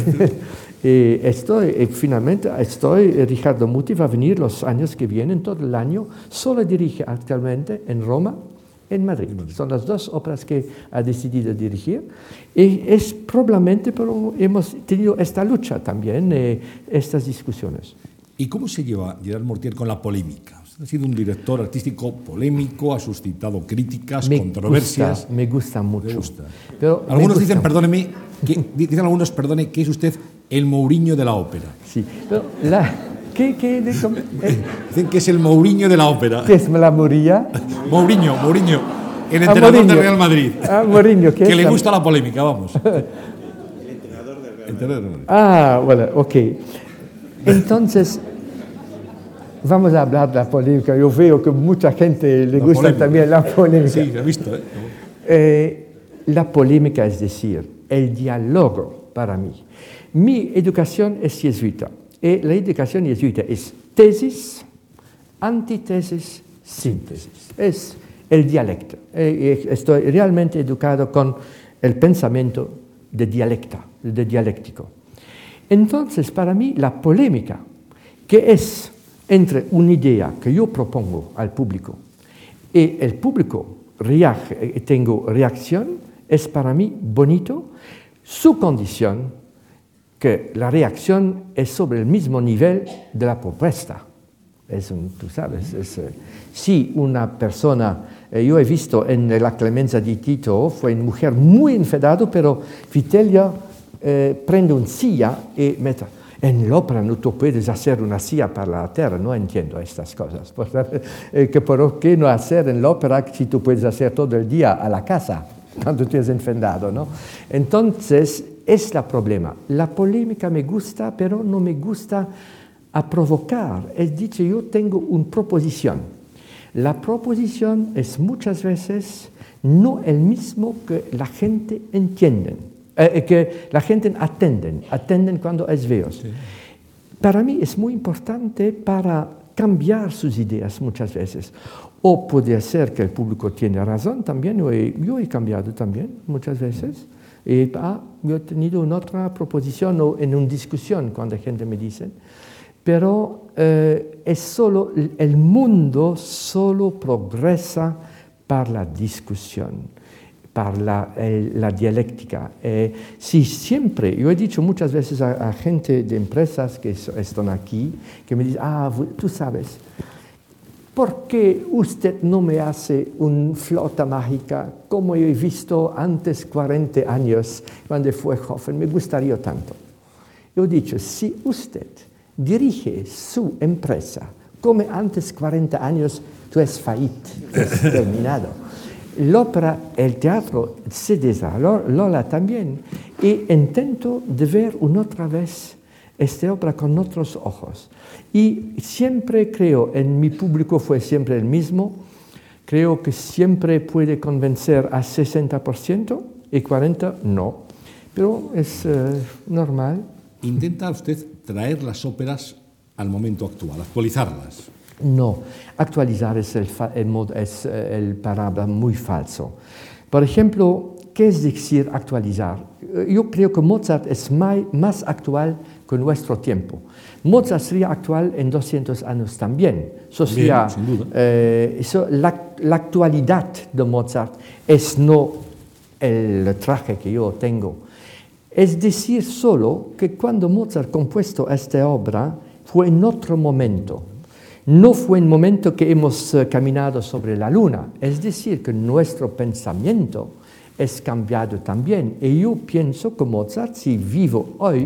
y estoy, y finalmente estoy, Ricardo Muti va a venir los años que vienen, todo el año. Solo dirige actualmente en Roma, en Madrid. Madrid. Son las dos óperas que ha decidido dirigir. Y es probablemente, pero hemos tenido esta lucha también, eh, estas discusiones. ¿Y cómo se lleva Gerard Mortier con la polémica? Ha sido un director artístico polémico, ha suscitado críticas, me controversias. Gusta, me gusta mucho. Me gusta. Pero algunos me gusta. dicen, perdóneme, que, dicen algunos, perdone, que es usted el Mourinho de la ópera. Sí, pero la, ¿qué, qué, de, eh, dicen que es el Mourinho de la ópera. ¿Qué es la Murilla? Mourinho, Mourinho, el entrenador ah, del Real Madrid. Ah, Mourinho, ¿qué que es le la... gusta la polémica, vamos. El entrenador del Real Madrid. Ah, bueno, ok. Entonces, vamos a hablar de la polémica. Yo veo que mucha gente le la gusta polémica. también la polémica. Sí, se ha visto. ¿eh? Eh, la polémica, es decir, el diálogo para mí. Mi educación es jesuita. Y la educación jesuita es tesis, antítesis, síntesis. Es el dialecto. Eh, estoy realmente educado con el pensamiento de dialecta, de dialéctico. Entonces, para mí, la polémica que es entre una idea que yo propongo al público y el público reac- tengo reacción, es para mí bonito, su condición que la reacción es sobre el mismo nivel de la propuesta. Es un, tú sabes, es, eh, si una persona, eh, yo he visto en la clemencia de Tito, fue una mujer muy enfadada, pero Vitellia eh, prende una silla y mete. En l'opera no tú puedes hacer una silla para la tierra, no entiendo estas cosas. Eh, que ¿Por qué no hacer en l'opera si tú puedes hacer todo el día a la casa cuando te has enfadado, ¿no? Entonces, es el problema. La polémica me gusta, pero no me gusta a provocar. Es dicho, yo tengo una proposición. La proposición es muchas veces no el mismo que la gente entiende, eh, que la gente atienden, atienden cuando es veo. Sí. Para mí es muy importante para cambiar sus ideas muchas veces. O puede ser que el público tiene razón también, yo he, yo he cambiado también muchas veces. Y, ah, yo he tenido una otra proposición o en una discusión cuando la gente me dice, pero eh, es solo, el mundo solo progresa para la discusión, para la, eh, la dialéctica. Eh, si siempre, yo he dicho muchas veces a, a gente de empresas que están aquí, que me dicen, ah, tú sabes, ¿por qué usted no me hace una flauta mágica como yo he visto antes cuarenta años cuando fue joven? Me gustaría tanto. Yo he dicho, si usted dirige su empresa como antes cuarenta años, tú es fallito, es terminado. L'ópera, el teatro se desarrolla también y intento de ver una otra vez esta obra con otros ojos. Y siempre creo, en mi público fue siempre el mismo, creo que siempre puede convencer a sesenta por ciento y cuarenta por ciento no, pero es uh, normal. ¿Intenta usted traer las óperas al momento actual, actualizarlas? No, actualizar es el, el, mod, es el palabra muy falso. Por ejemplo, ¿qué es decir actualizar? Yo creo que Mozart es más, más actual que nuestro tiempo. Mozart sería actual en doscientos años también. Eso sería, Bien, sin duda. Eh, eso, la, la actualidad de Mozart es no el traje que yo tengo. Es decir solo que cuando Mozart compuesto esta obra fue en otro momento. No fue en el momento que hemos uh, caminado sobre la luna. Es decir, que nuestro pensamiento es cambiado también. Y yo pienso que Mozart, si vivo hoy,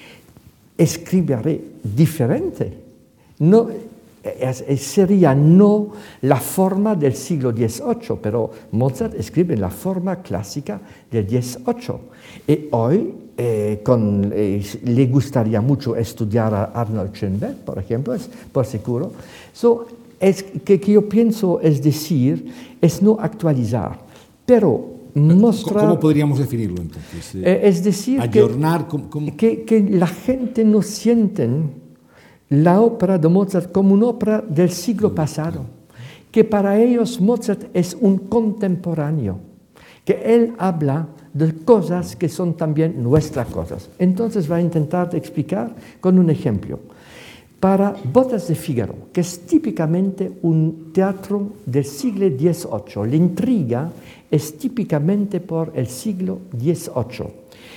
escribiré diferente. No, es, es, sería no la forma del siglo dieciocho, pero Mozart escribe en la forma clásica del dieciocho. Y hoy eh, con, eh, le gustaría mucho estudiar a Arnold Schoenberg, por ejemplo, es por seguro. So, es que, que yo pienso, es decir, es no actualizar, pero mostrar... ¿Cómo podríamos definirlo entonces? Eh, es decir, ayornar, que, ¿cómo, cómo? Que, que la gente no siente la ópera de Mozart como una ópera del siglo pasado, que para ellos Mozart es un contemporáneo, que él habla de cosas que son también nuestras cosas. Entonces va a intentar explicar con un ejemplo. Para Bodas de Fígaro, que es típicamente un teatro del siglo dieciocho, la intriga es típicamente por el siglo dieciocho.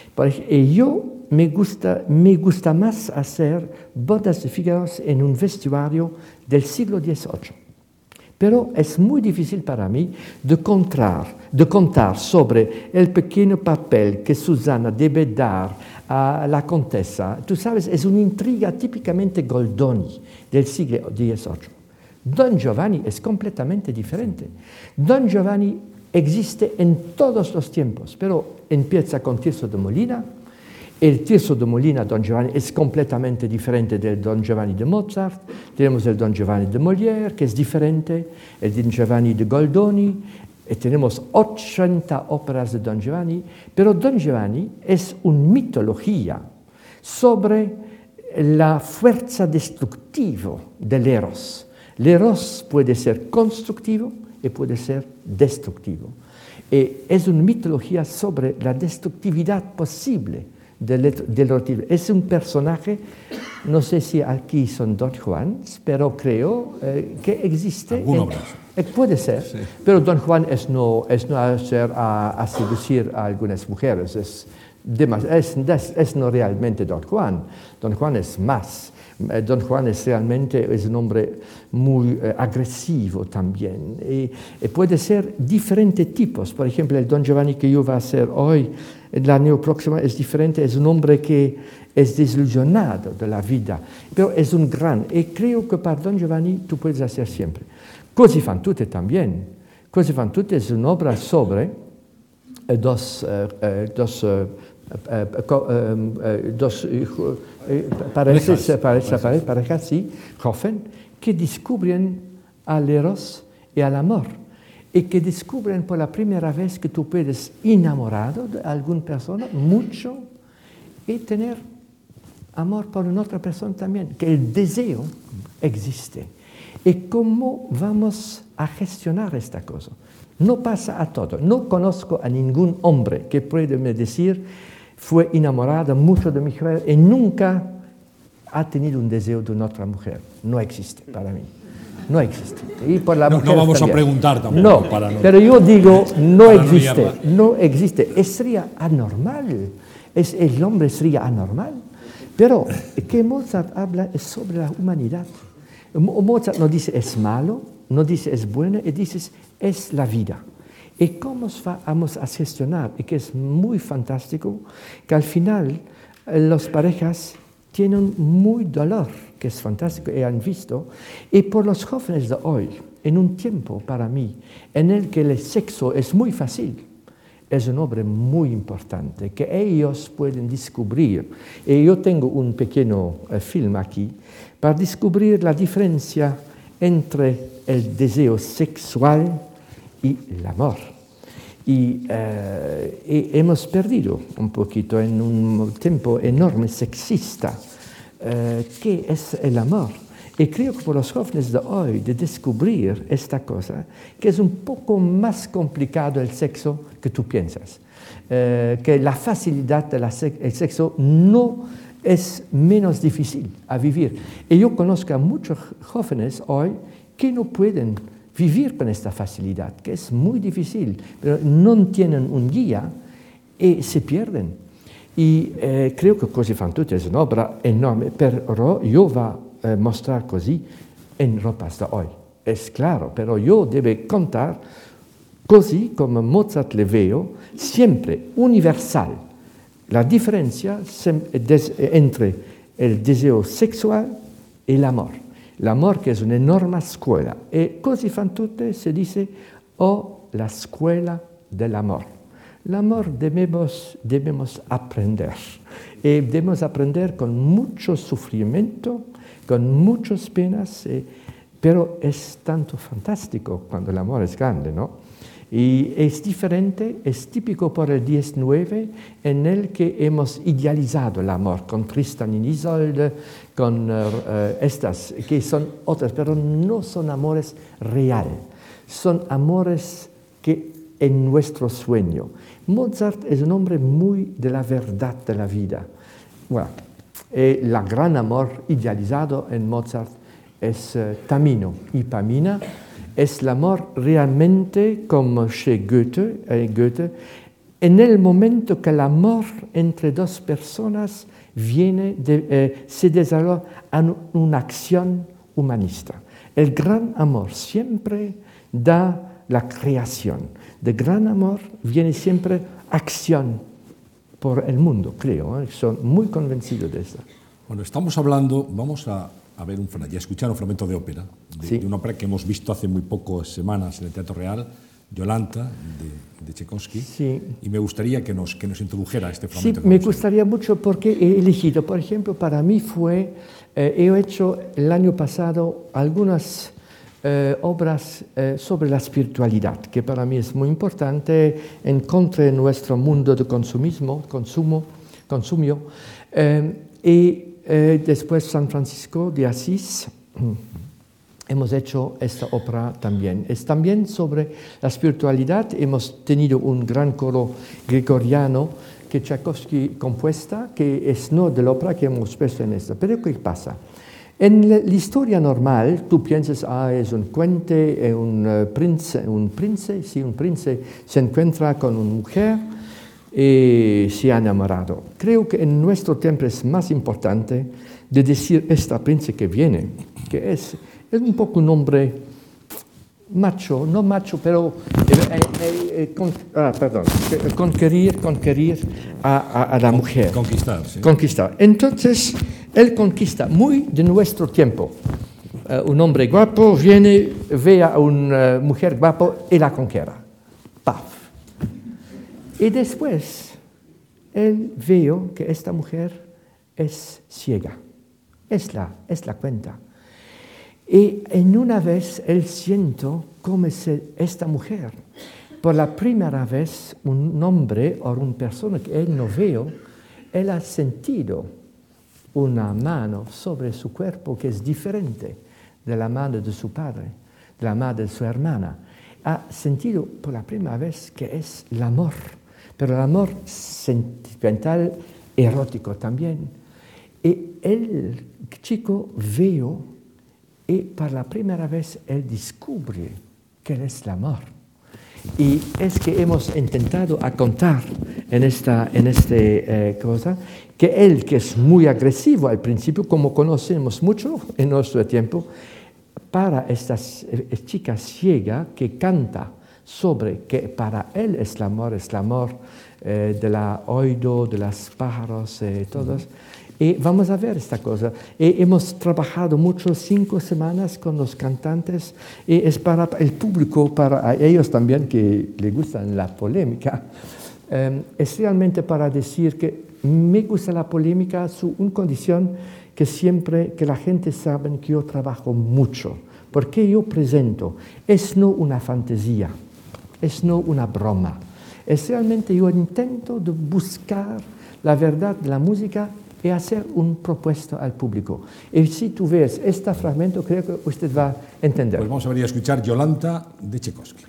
Y yo me gusta, me gusta más hacer Bodas de Fígaro en un vestuario del siglo dieciocho. Pero es muy difícil para mí de contar, de contar sobre el pequeño papel que Susana debe dar a la contesa. Tú sabes, es una intriga típicamente Goldoni del siglo dieciocho. Don Giovanni es completamente diferente. Don Giovanni existe en todos los tiempos, pero empieza con Tirso de Molina. El Tirso de Molina, Don Giovanni, es completamente diferente del Don Giovanni de Mozart. Tenemos el Don Giovanni de Molière, que es diferente, el Don Giovanni de Goldoni, y tenemos ochenta óperas de Don Giovanni, pero Don Giovanni es una mitología sobre la fuerza destructiva del Eros. El Eros puede ser constructivo y puede ser destructivo. Y es una mitología sobre la destructividad posible del, del Rotillo. Es un personaje, no sé si aquí son Don Juan, pero creo eh, que existe. ¿Alguna en, eh, puede ser, sí. Pero Don Juan es no, es no hacer a, a seducir a algunas mujeres, es, demas, es, es, es no realmente Don Juan. Don Juan es más. Don Juan es realmente es un hombre muy eh, agresivo también. Y, y puede ser diferentes tipos. Por ejemplo, el Don Giovanni que yo voy a hacer hoy, el año próximo, es diferente. Es un hombre que es desilusionado de la vida, pero es un gran. Y creo que para Don Giovanni tú puedes hacer siempre. Così fan tutte también. Così fan tutte es una obra sobre eh, dos, eh, eh, dos eh, Uh, uh, uh, dos uh, parejas, parejas, parejas, parejas sí, joven, que descubren al eros y al amor, y que descubren por la primera vez que tú puedes enamorado de alguna persona mucho y tener amor por una otra persona también, que el deseo existe. ¿Y cómo vamos a gestionar esta cosa? No pasa a todo. No conozco a ningún hombre que pueda me decir fue enamorado mucho de mi mujer y nunca ha tenido un deseo de una otra mujer. No existe para mí. No existe. Y por la no, mujer no vamos también. a preguntar tampoco. No, para no, pero yo digo, no existe. No, no existe. Es, sería anormal. Es, el hombre sería anormal. Pero que Mozart habla es sobre la humanidad. Mozart no dice es malo, no dice es bueno, y dice es la vida. ¿Y cómo vamos a gestionar? Y que es muy fantástico, que al final las parejas tienen muy dolor, que es fantástico, y han visto. Y por los jóvenes de hoy, en un tiempo para mí, en el que el sexo es muy fácil, es un obra muy importante, que ellos pueden descubrir. Y yo tengo un pequeño eh, film aquí, para descubrir la diferencia entre el deseo sexual y el amor. Y, eh, y hemos perdido un poquito en un tiempo enorme sexista eh, qué es el amor. Y creo que por los jóvenes de hoy de descubrir esta cosa, que es un poco más complicado el sexo que tú piensas, eh, que la facilidad del sexo no es menos difícil a vivir. Y yo conozco a muchos jóvenes hoy que no pueden vivir con esta facilidad, que es muy difícil, pero no tienen un guía y se pierden. Y eh, creo que Così fan tutte es una obra enorme, pero yo voy a eh, mostrar così en ropas de hoy. Es claro, pero yo debo contar così como Mozart le veo, siempre universal, la diferencia entre el deseo sexual y el amor. L'amor che è un'enorme scuola e Così fan tutte se dice o la escuela del amor. L'amor debemos, debemos aprender y debemos aprender con mucho sufrimiento, con muchas penas, eh, pero es tanto fantástico cuando el amor es grande, ¿no? Y es diferente, es típico por el diecinueve en el que hemos idealizado el amor con Tristan y Isolde, con uh, estas que son otras, pero no son amores reales, son amores que en nuestro sueño. Mozart es un hombre muy de la verdad de la vida. Bueno, el gran amor idealizado en Mozart es uh, Tamino y Pamina. Es el amor realmente como chez Goethe, eh, Goethe, en el momento que el amor entre dos personas viene de, eh, se desarrolla en una acción humanista. El gran amor siempre da la creación. De gran amor viene siempre acción por el mundo, creo. ¿eh? Soy muy convencido de eso. Bueno, estamos hablando, vamos a... a ver un, y a escuchar un fragmento de ópera, de, sí. de una ópera que hemos visto hace muy pocas semanas en el Teatro Real, Yolanta, de, de Tchaikovsky, sí. Y me gustaría que nos, que nos introdujera este fragmento. Sí, me gustaría mucho porque he elegido, por ejemplo, para mí fue, eh, he hecho el año pasado algunas eh, obras eh, sobre la espiritualidad, que para mí es muy importante en contra de nuestro mundo de consumismo, consumo, consumio, eh, y Eh, después San Francisco de Asís, hemos hecho esta ópera también. Es también sobre la espiritualidad. Hemos tenido un gran coro gregoriano que Tchaikovsky compuesta, que es no de la ópera que hemos puesto en esta. Pero ¿qué pasa? En la, la historia normal, tú piensas, ah, es un cuente, un uh, príncipe, un príncipe, sí, un príncipe se encuentra con una mujer y se ha enamorado. Creo que en nuestro tiempo es más importante de decir esta príncipe que viene, que es, es un poco un hombre macho, no macho, pero eh, eh, eh, con, ah, perdón, conquerir, conquerir a, a, a la Con, mujer. Conquistar, sí. Conquistar. Entonces, él conquista muy de nuestro tiempo. Uh, un hombre guapo viene, ve a una mujer guapo y la conquista. Paf. Y después, él veo que esta mujer es ciega. Es la, es la cuenta. Y en una vez él siento como si esta mujer, por la primera vez, un hombre o una persona que él no veo, él ha sentido una mano sobre su cuerpo que es diferente de la mano de su padre, de la mano de su hermana. Ha sentido por la primera vez que es el amor, pero el amor sentimental, erótico también. Y el chico veo y por la primera vez él descubre que él es el amor. Y es que hemos intentado a contar en esta en este, eh, cosa que él, que es muy agresivo al principio, como conocemos mucho en nuestro tiempo, para esta eh, chica ciega que canta sobre que para él es el amor, es el amor eh, de la oído, de los pájaros, eh, todos. Y vamos a ver esta cosa. Y hemos trabajado mucho, cinco semanas con los cantantes, y es para el público, para ellos también que les gusta la polémica. Eh, es realmente para decir que me gusta la polémica, su una condición que siempre, que la gente sabe que yo trabajo mucho. Porque yo presento, es no una fantasía, es no una broma. Es realmente yo intento de buscar la verdad de la música y hacer un propuesto al público. Y si tú ves este fragmento, creo que usted va a entender. Pues vamos a ver y a escuchar Yolanta de Tchaikovsky.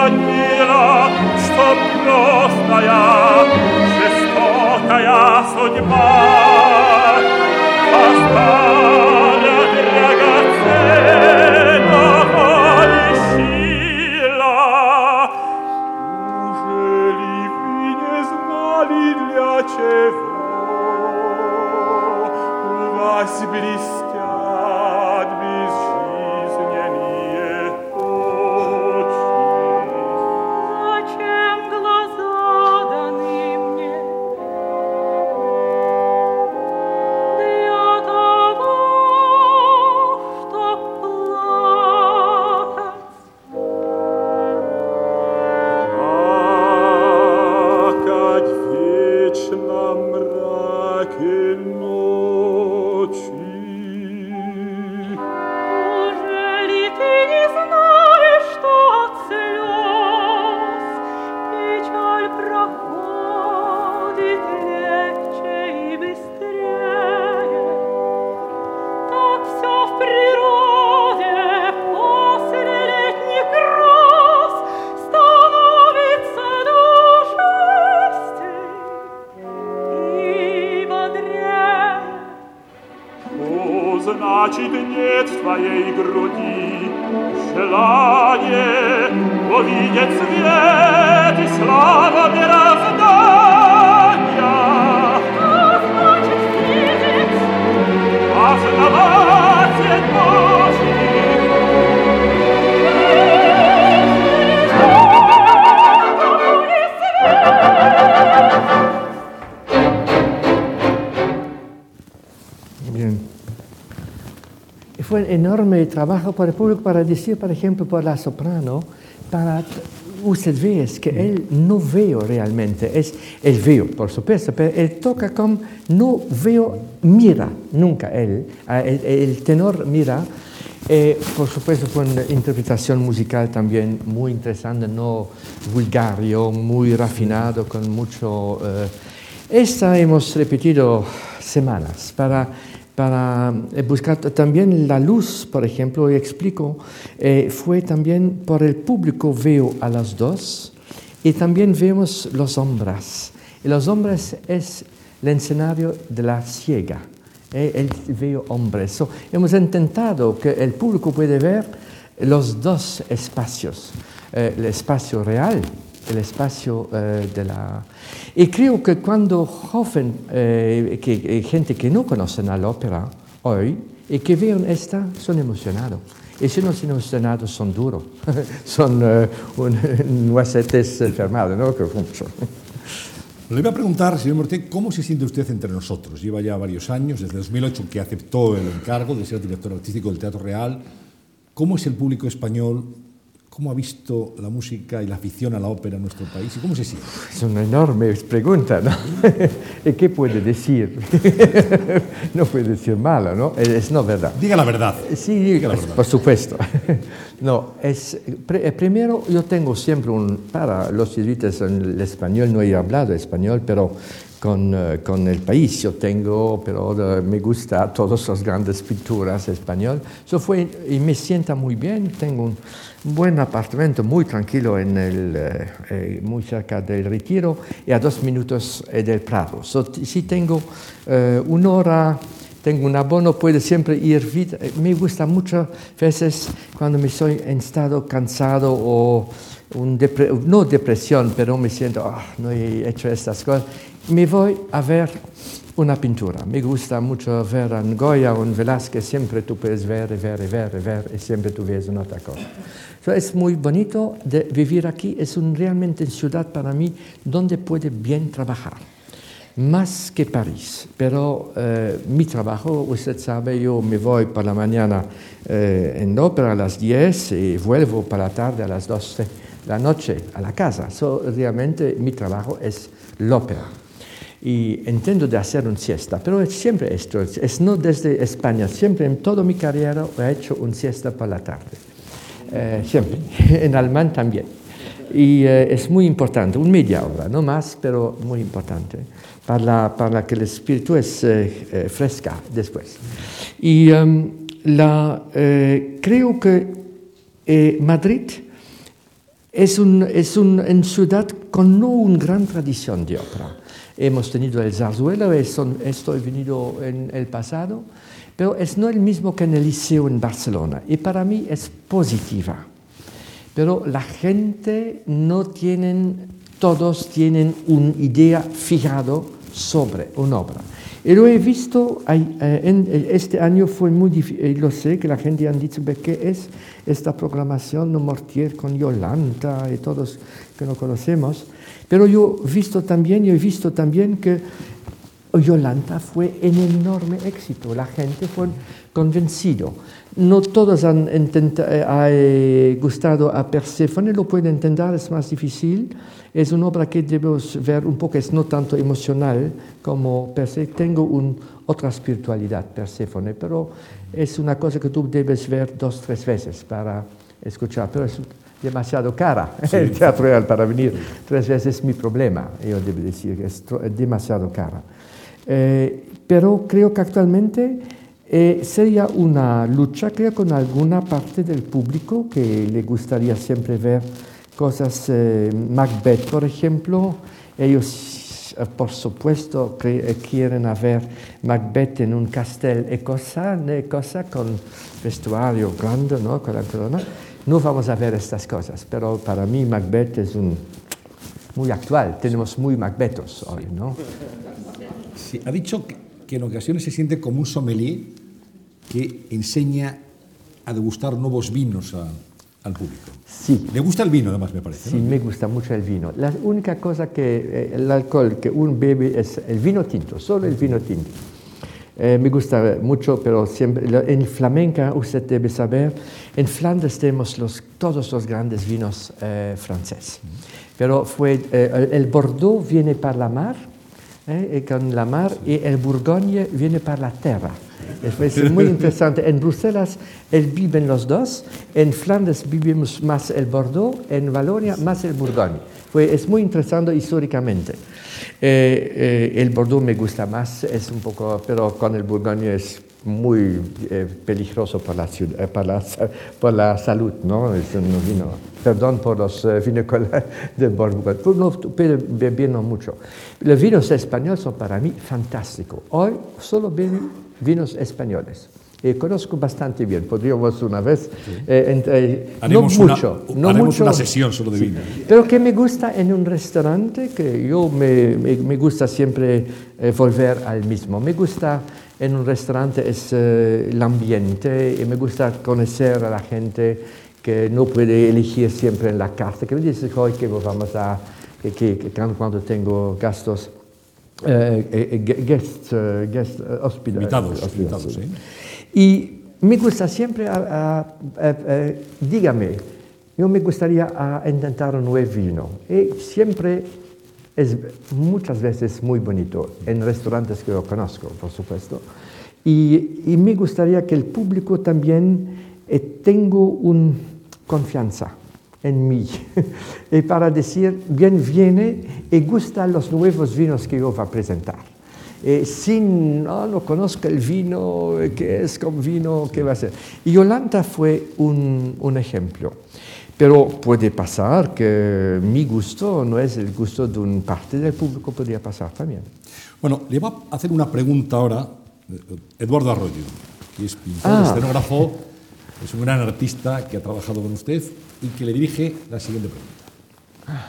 Данила, что простая, жестокая судьба. Осталась драгоценного лишила. Ужели вы не знали, для чего у вас блестят безжизненные очи? Зачем глаза даны мне? Для того, чтоб плакать. Плакать в вечном мраке ночи. Ужели ты не знаешь, что от слез печаль проходит легче и быстрее? Так все в природе после летних гроз становится душистей и бодрее. О, значит, нет в твоей груди желания увидеть свет и славу мироздания. Что значит видеть? Основатель Божий, Bien. Y fue un enorme trabajo para el público para decir, por ejemplo, por la soprano, para usted ve es que él no veo realmente, es él veo, por supuesto, pero él toca como no veo, mira nunca él, el, el tenor mira. Eh, por supuesto, fue una interpretación musical también muy interesante, no vulgario, muy refinado, con mucho. Eh, esta hemos repetido semanas para. para buscar también la luz, por ejemplo, y explico, eh, fue también por el público veo a las dos y también vemos los hombres. Y los hombres es el escenario de la ciega, eh, el veo hombres. So, hemos intentado que el público puede ver los dos espacios, eh, el espacio real, el espacio eh, de la... Y creo que cuando joven, eh, que, eh, gente que no conocen a la ópera hoy y que ven esta, son emocionados. Y si no son emocionados, son duros. son uh, un, nueces enfermados, ¿no? Le voy a preguntar, señor Morté, ¿cómo se siente usted entre nosotros? Lleva ya varios años, desde dos mil ocho que aceptó el encargo de ser director artístico del Teatro Real. ¿Cómo es el público español? ¿Cómo ha visto la música y la afición a la ópera en nuestro país? ¿Y cómo se siente? Es una enorme pregunta, ¿no? ¿Y qué puede decir? No puede decir malo, ¿no? Es no verdad. Diga la verdad. Sí, Diga la verdad. Por supuesto. No, es, primero yo tengo siempre un... Para los jesuitas en el español no he hablado español, pero con, uh, con el país yo tengo, pero uh, me gusta todas las grandes pinturas español. Eso fue, y me sienta muy bien, tengo un buen apartamento muy tranquilo en el, eh, eh, muy cerca del Retiro y a dos minutos eh, del Prado. So, si tengo eh, una hora, tengo un abono, puedo siempre ir. Me gusta muchas veces cuando me estoy en estado cansado o un depre no depresión, pero me siento, oh, no he hecho estas cosas, me voy a ver una pintura. Me gusta mucho ver a Goya o a Velázquez, siempre tú puedes ver y ver y ver y ver y siempre tú ves una otra cosa. So, es muy bonito de vivir aquí, es un, realmente una ciudad para mí donde puede bien trabajar, más que París. Pero eh, mi trabajo, usted sabe, yo me voy por la mañana eh, en ópera a las diez y vuelvo por la tarde a las doce de la noche a la casa. So, realmente mi trabajo es l'ópera. Y intento de hacer una siesta, pero es siempre esto, es, es no desde España, siempre en toda mi carrera he hecho una siesta por la tarde, eh, siempre, en alemán también. Y eh, es muy importante, una media hora, no más, pero muy importante, para, para que el espíritu es eh, eh, fresca después. Y um, la, eh, creo que eh, Madrid es, un, es un, una ciudad con no una gran tradición de ópera. Hemos tenido el Zarzuela, esto he venido en el pasado, pero es no el mismo que en el Liceo en Barcelona. Y para mí es positiva. Pero la gente no tienen, todos tienen una idea fijada sobre una obra. Y lo he visto, en este año fue muy difícil, lo sé que la gente ha dicho, ¿qué es esta programación de Mortier con Yolanta y todos que no conocemos? Pero yo he visto también, yo he visto también que Yolanta fue un enorme éxito, la gente fue convencida. No todos han eh, gustado a Perséfone, lo pueden entender, es más difícil. Es una obra que debemos ver un poco, es no tanto emocional como Perséfone. Tengo un, otra espiritualidad, Perséfone, pero es una cosa que tú debes ver dos, tres veces para escuchar. Pero es demasiado cara, sí. El teatro real para venir tres veces es mi problema, yo debo decir que es demasiado cara. Eh, pero creo que actualmente eh, sería una lucha, creo, con alguna parte del público que le gustaría siempre ver cosas, eh, Macbeth, por ejemplo. Ellos, eh, por supuesto, cre- quieren ver Macbeth en un castel escocés, escocés con vestuario grande, ¿no? Con la corona. No vamos a ver estas cosas, pero para mí Macbeth es un, muy actual. Tenemos muy Macbethos hoy, ¿no? Sí, ha dicho que, que en ocasiones se siente como un sommelier que enseña a degustar nuevos vinos a, al público. Sí. ¿Le gusta el vino, además, me parece? Sí, ¿no? Me gusta mucho el vino. La única cosa que eh, el alcohol que uno bebe es el vino tinto, solo el vino tinto. Eh, me gusta mucho, pero siempre en flamenca, usted debe saber, en Flandes tenemos los, todos los grandes vinos eh, franceses. Pero fue, eh, el Bordeaux viene por la mar, eh, con la mar, y el Bourgogne viene por la tierra. Es muy interesante. En Bruselas él viven los dos, en Flandes vivimos más el Bordeaux, en Valonia más el Bourgogne. Fue, es muy interesante históricamente. Eh, eh, el Bordeaux me gusta más, es un poco, pero con el Bourgogne es muy eh, peligroso para la, ciudad, para, la, para la salud, ¿no? Es un vino, perdón por los eh, vinicolas del Bordeaux, pero no bebiendo mucho. Los vinos españoles son para mí fantásticos. Hoy solo bebo vinos españoles. Eh, conozco bastante bien, podríamos una vez, sí. eh, entre, haremos no mucho, una, no haremos mucho, una sesión solo de sí. vino. Pero que me gusta en un restaurante, que yo me, me, me gusta siempre eh, volver al mismo. Me gusta en un restaurante es eh, el ambiente y me gusta conocer a la gente que no puede elegir siempre en la carta, que me dice hoy que vamos a, que, que, que cuando tengo gastos, eh, eh, guest, uh, guest uh, hospital, invitados, hospital, invitados, sí. ¿eh? Y me gusta siempre, a, a, a, a, dígame, yo me gustaría a intentar un nuevo vino. Y siempre es muchas veces muy bonito, en restaurantes que yo conozco, por supuesto. Y, y me gustaría que el público también eh, tenga una confianza en mí. Y para decir, bien viene y gusta los nuevos vinos que yo voy a presentar. Eh, sin, no, no conozco el vino, qué es con vino, qué va a ser. Y Yolanta fue un, un ejemplo. Pero puede pasar que mi gusto no es el gusto de una parte del público, podría pasar también. Bueno, le va a hacer una pregunta ahora Eduardo Arroyo, que es pintor, ah. escenógrafo, es un gran artista que ha trabajado con usted y que le dirige la siguiente pregunta.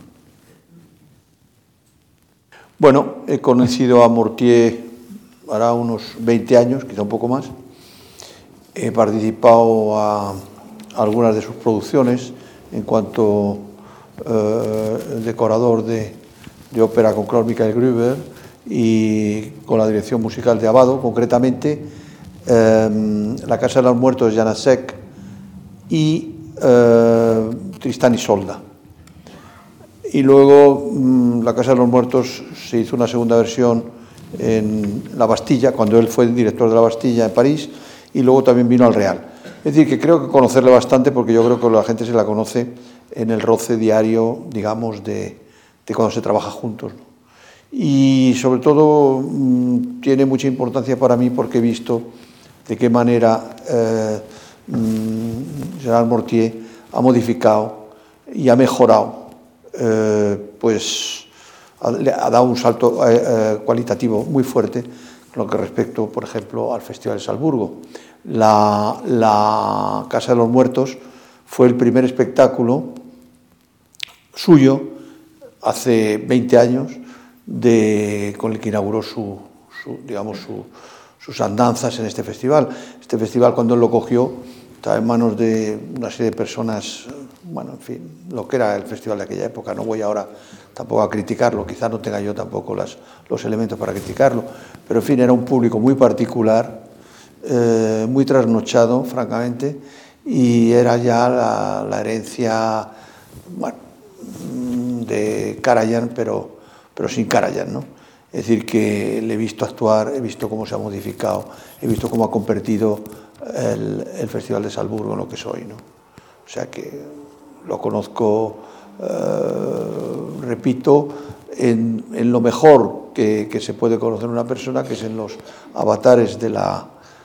Bueno, he conocido a Mortier hará unos veinte años, quizá un poco más. He participado a algunas de sus producciones en cuanto eh, decorador de, de ópera con Claude Michael Gruber y con la dirección musical de Abbado, concretamente eh, La Casa de los Muertos de Janáček y eh, Tristán y Isolda. Y luego mmm, La Casa de los Muertos se hizo una segunda versión en La Bastilla, cuando él fue director de La Bastilla en París, y luego también vino al Real. Es decir, que creo que conocerle bastante, porque yo creo que la gente se la conoce en el roce diario, digamos, de, de cuando se trabaja juntos, ¿no? Y sobre todo mmm, tiene mucha importancia para mí porque he visto de qué manera eh, mmm, Gerard Mortier ha modificado y ha mejorado, eh, pues ha, ha dado un salto eh, eh, cualitativo muy fuerte con lo que respecto, por ejemplo, al Festival de Salzburgo. La, la Casa de los Muertos fue el primer espectáculo suyo hace veinte años de, con el que inauguró su, su, digamos, su, sus andanzas en este festival. Este festival, cuando él lo cogió, estaba en manos de una serie de personas, bueno, en fin, lo que era el festival de aquella época. No voy ahora tampoco a criticarlo, quizás no tenga yo tampoco las, los elementos para criticarlo, pero en fin, era un público muy particular, eh, muy trasnochado, francamente, y era ya la, la herencia, bueno, de Karajan, pero, pero sin Karajan, ¿no? Es decir, que le he visto actuar, he visto cómo se ha modificado, he visto cómo ha convertido el, el Festival de Salzburgo en lo que soy, ¿no? O sea que lo conozco, eh, repito, en, en lo mejor que, que se puede conocer una persona, que es en los avatares de la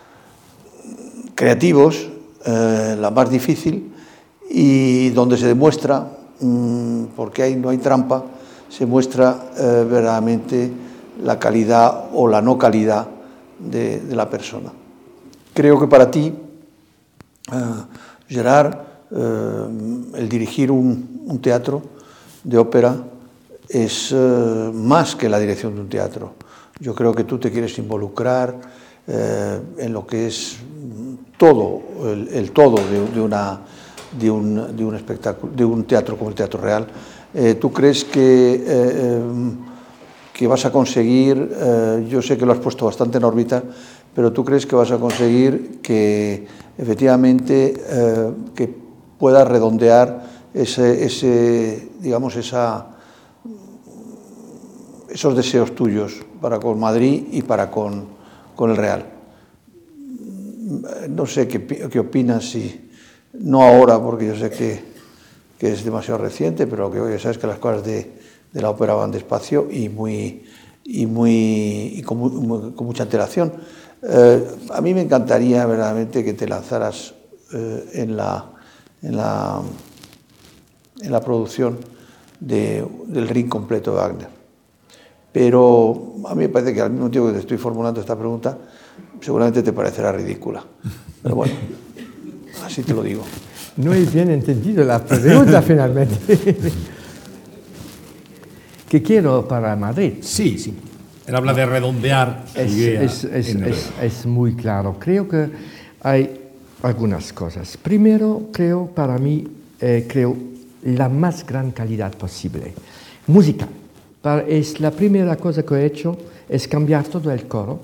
creativos, eh, la más difícil, y donde se demuestra, mmm, porque ahí no hay trampa, se muestra eh, verdaderamente la calidad o la no calidad de, de la persona. Creo que para ti, eh, Gerard, eh, el dirigir un, un teatro de ópera es eh, más que la dirección de un teatro. Yo creo que tú te quieres involucrar eh, en lo que es todo, el, el todo de, de, una, de, un, de un espectáculo, de un teatro como el Teatro Real. Eh, ¿Tú crees que, eh, que vas a conseguir, eh, yo sé que lo has puesto bastante en órbita, pero tú crees que vas a conseguir que efectivamente eh, que puedas redondear ese, ese, digamos, esa, esos deseos tuyos para con Madrid y para con, con el Real? No sé qué, qué opinas, si, no ahora, porque yo sé que que es demasiado reciente, pero que ya sabes que las cosas de, de la ópera van despacio y, muy, y, muy, y con, muy, con mucha antelación. Eh, a mí me encantaría verdaderamente que te lanzaras eh, en, la, en, la, en la producción de, del Ring completo de Wagner. Pero a mí me parece que al mismo tiempo que te estoy formulando esta pregunta, seguramente te parecerá ridícula. Pero bueno, así te lo digo. No he bien entendido la pregunta finalmente. ¿Qué quiero para Madrid? Sí, sí. Él habla de redondear su es, idea. Es, es, es, es muy claro. Creo que hay algunas cosas. Primero, creo para mí, eh, creo la más gran calidad posible. Música. Para, es la primera cosa que he hecho, es cambiar todo el coro.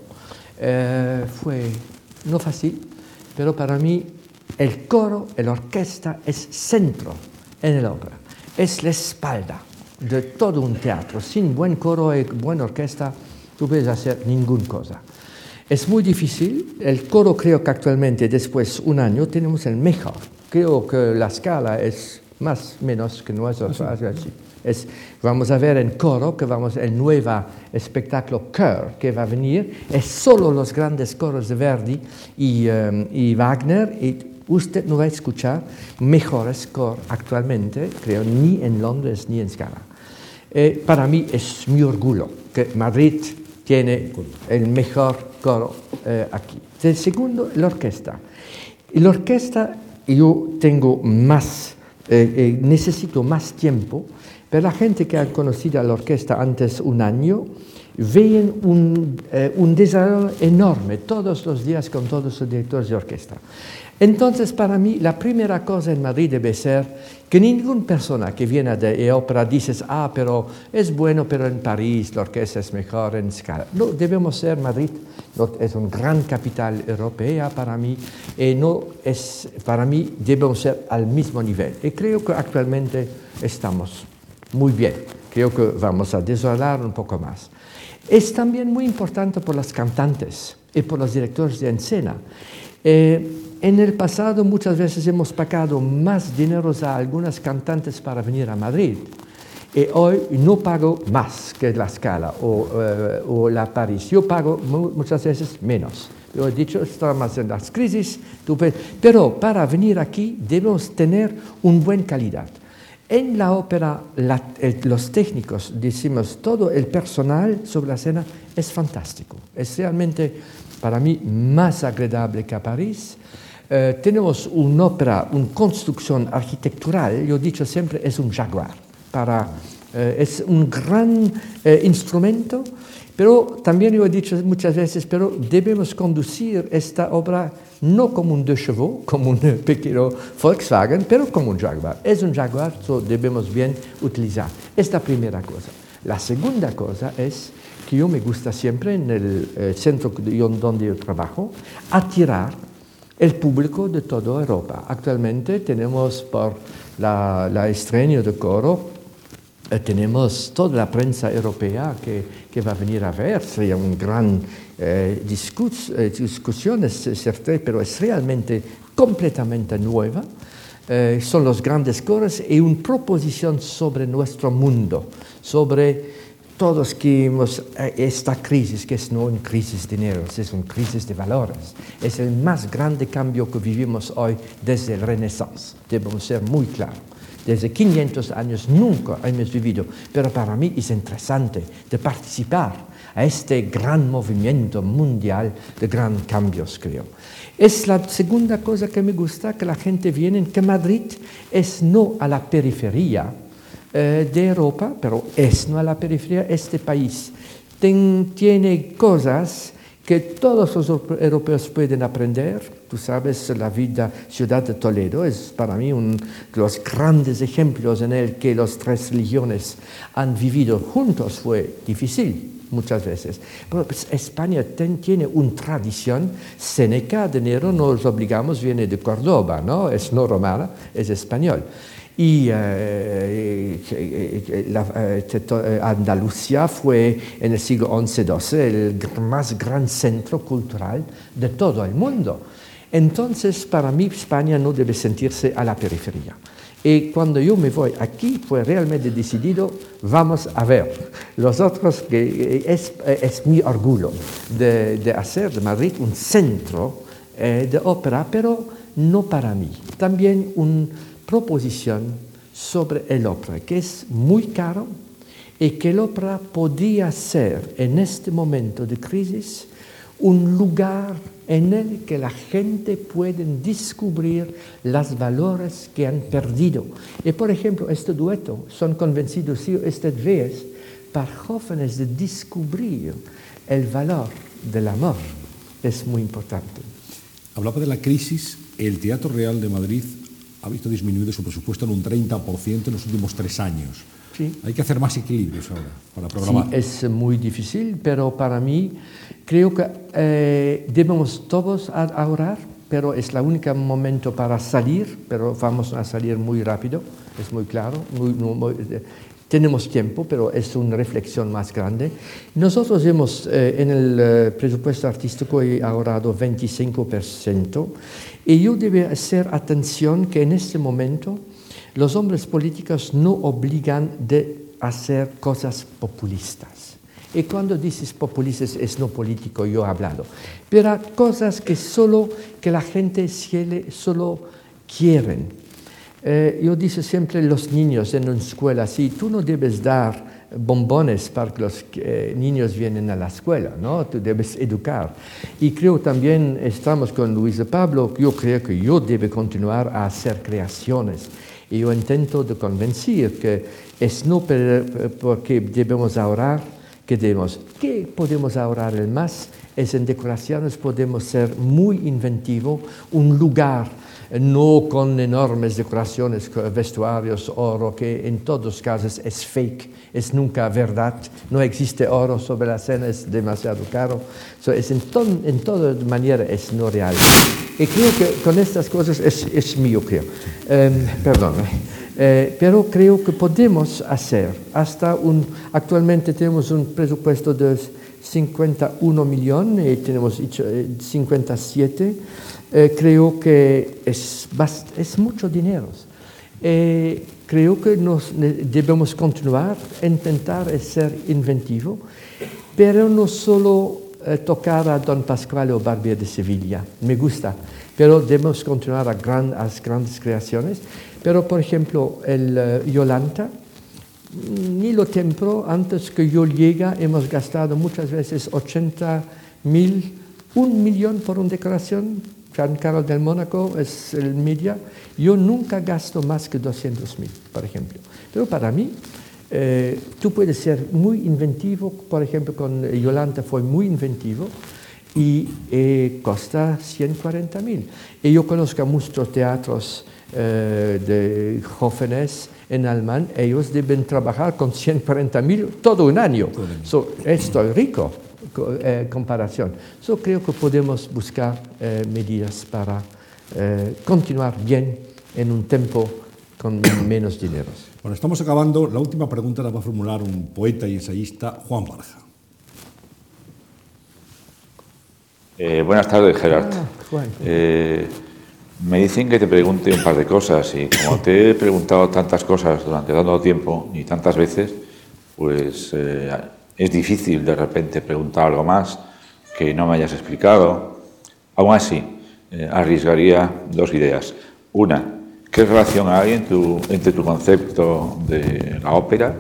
Eh, fue no fácil, pero para mí el coro, la orquesta es centro en la ópera, es la espalda de todo un teatro. Sin buen coro y buena orquesta, tú puedes hacer ninguna cosa. Es muy difícil. El coro creo que actualmente, después de un año, tenemos el mejor. Creo que la escala es más o menos que nuestro. Sí. Es, vamos a ver en coro, que vamos el nuevo espectáculo Chœur que va a venir, es solo los grandes coros de Verdi y, um, y Wagner, y usted no va a escuchar mejores coros actualmente, creo, ni en Londres ni en Scala. Eh, para mí es mi orgullo que Madrid tiene el mejor coro eh, aquí. El segundo, la orquesta. Y la orquesta, yo tengo más, eh, eh, necesito más tiempo. Pero la gente que ha conocido a la orquesta antes un año, ven un, eh, un desarrollo enorme todos los días con todos los directores de orquesta. Entonces, para mí, la primera cosa en Madrid debe ser que ninguna persona que viene de ópera dice, ah, pero es bueno, pero en París la orquesta es mejor en Scala. No, debemos ser Madrid, no, es una gran capital europea para mí, y no es, para mí debemos ser al mismo nivel. Y creo que actualmente estamos muy bien, creo que vamos a desarrollar un poco más. Es también muy importante por los cantantes y por los directores de escena. Eh, en el pasado muchas veces hemos pagado más dinero a algunos cantantes para venir a Madrid. Y hoy no pago más que la Scala o, eh, o la París. Yo pago muchas veces menos. Yo he dicho, estamos en las crisis, pero para venir aquí debemos tener una buena calidad. En la ópera, la, el, los técnicos, decimos, todo el personal sobre la escena es fantástico. Es realmente, para mí, más agradable que a París. Eh, tenemos una ópera, una construcción arquitectural, yo he dicho siempre, es un Jaguar. Para, eh, es un gran eh, instrumento, pero también yo he dicho muchas veces, pero debemos conducir esta obra no como un deux chevaux, como un pequeño Volkswagen, pero como un Jaguar. Es un Jaguar, so debemos bien utilizar. Esta primera cosa. La segunda cosa es que yo me gusta siempre en el eh, centro donde yo trabajo, atirar el público de toda Europa. Actualmente tenemos por la, la estreno de coro, eh, tenemos toda la prensa europea que, que va a venir a ver, sería un gran eh, discus, eh, discusión, es, cierto, pero es realmente completamente nueva. Eh, son los grandes coros y una proposición sobre nuestro mundo, sobre todos que hemos esta crisis, que es no una crisis de dinero, es una crisis de valores. Es el más grande cambio que vivimos hoy desde el Renaissance. Debemos ser muy claros. Desde quinientos años nunca hemos vivido, pero para mí es interesante de participar a este gran movimiento mundial de grandes cambios, creo. Es la segunda cosa que me gusta, que la gente viene, que Madrid es no a la periferia eh, de Europa, pero es no a la periferia, este país ten, tiene cosas que todos los europeos pueden aprender. Tú sabes, la vida, ciudad de Toledo es para mí uno de los grandes ejemplos en el que las tres religiones han vivido juntos. Fue difícil muchas veces. Pero pues, España ten, tiene una tradición. Séneca de Nero, nos obligamos, viene de Córdoba, ¿no? Es no romana, es español. Y eh, la, eh, Andalucía fue en el siglo once doce el más gran centro cultural de todo el mundo. Entonces, para mí, España no debe sentirse a la periferia. Y cuando yo me voy aquí, fue realmente decidido, vamos a ver. Los otros, que es, es mi orgullo de, de hacer de Madrid un centro eh, de ópera, pero no para mí. También un proposición sobre el ópera, que es muy caro y que el ópera podría ser en este momento de crisis un lugar en el que la gente puede descubrir los valores que han perdido. Y por ejemplo, este dueto, son convencidos, si usted ve, para jóvenes de descubrir el valor del amor. Es muy importante. Hablaba de la crisis. El Teatro Real de Madrid ha visto disminuido su presupuesto en un treinta por ciento en los últimos tres años. Sí. Hay que hacer más equilibrios ahora para programar. Sí, es muy difícil, pero para mí creo que eh, debemos todos ahorrar, pero es el único momento para salir, pero vamos a salir muy rápido, es muy claro. Muy, muy, tenemos tiempo, pero es una reflexión más grande. Nosotros hemos, eh, en el eh, presupuesto artístico, he ahorrado veinticinco por ciento. Y yo debo hacer atención que en este momento los hombres políticos no obligan de hacer cosas populistas. Y cuando dices populistas es no político, yo he hablado. Pero cosas que solo que la gente solo quieren. Eh, yo digo siempre a los niños en una escuela, si tú no debes dar bombones para que los eh, niños vienen a la escuela, ¿no? Tú debes educar. Y creo también, estamos con Luis de Pablo, yo creo que yo debo continuar a hacer creaciones. Y yo intento de convencer que es no per, porque debemos ahorrar, que debemos. ¿Qué podemos ahorrar el más? Es en decoraciones, podemos ser muy inventivos, un lugar no con enormes decoraciones, vestuarios, oro, que en todos casos es fake, es nunca verdad, no existe oro sobre la escena, es demasiado caro, so, es en, ton, en toda manera es no real. Y creo que con estas cosas es, es mío, creo. Um, perdón, eh, pero creo que podemos hacer hasta un, actualmente tenemos un presupuesto de cincuenta y uno millones y tenemos cincuenta y siete. Eh, creo que es, es mucho dinero. Eh, creo que nos debemos continuar a intentar ser inventivo, pero no solo eh, tocar a Don Pasquale o Barbier de Sevilla. Me gusta, pero debemos continuar a, gran, a grandes creaciones. Pero, por ejemplo, el uh, Yolanta, ni lo tiempo antes que yo llegue, hemos gastado muchas veces ochenta mil, un millón por una decoración. San Carlos del Mónaco es el media. Yo nunca gasto más que doscientos mil, por ejemplo. Pero para mí, eh, tú puedes ser muy inventivo. Por ejemplo, con Yolanta fue muy inventivo y eh, costa ciento cuarenta mil. Y yo conozco muchos teatros eh, de jóvenes en Alemania, ellos deben trabajar con ciento cuarenta mil todo un año. So, estoy rico, eh, comparación. So, creo que podemos buscar eh, medidas para eh, continuar bien en un tiempo con menos dinero. Bueno, estamos acabando. La última pregunta la va a formular un poeta y ensayista, Juan Barja. Eh, buenas tardes, Gerard. Ah, Juan. Eh, me dicen que te pregunte un par de cosas y como te he preguntado tantas cosas durante tanto tiempo y tantas veces, pues eh, es difícil de repente preguntar algo más que no me hayas explicado. Aún así, eh, arriesgaría dos ideas. Una, ¿qué relación hay en tu, entre tu concepto de la ópera?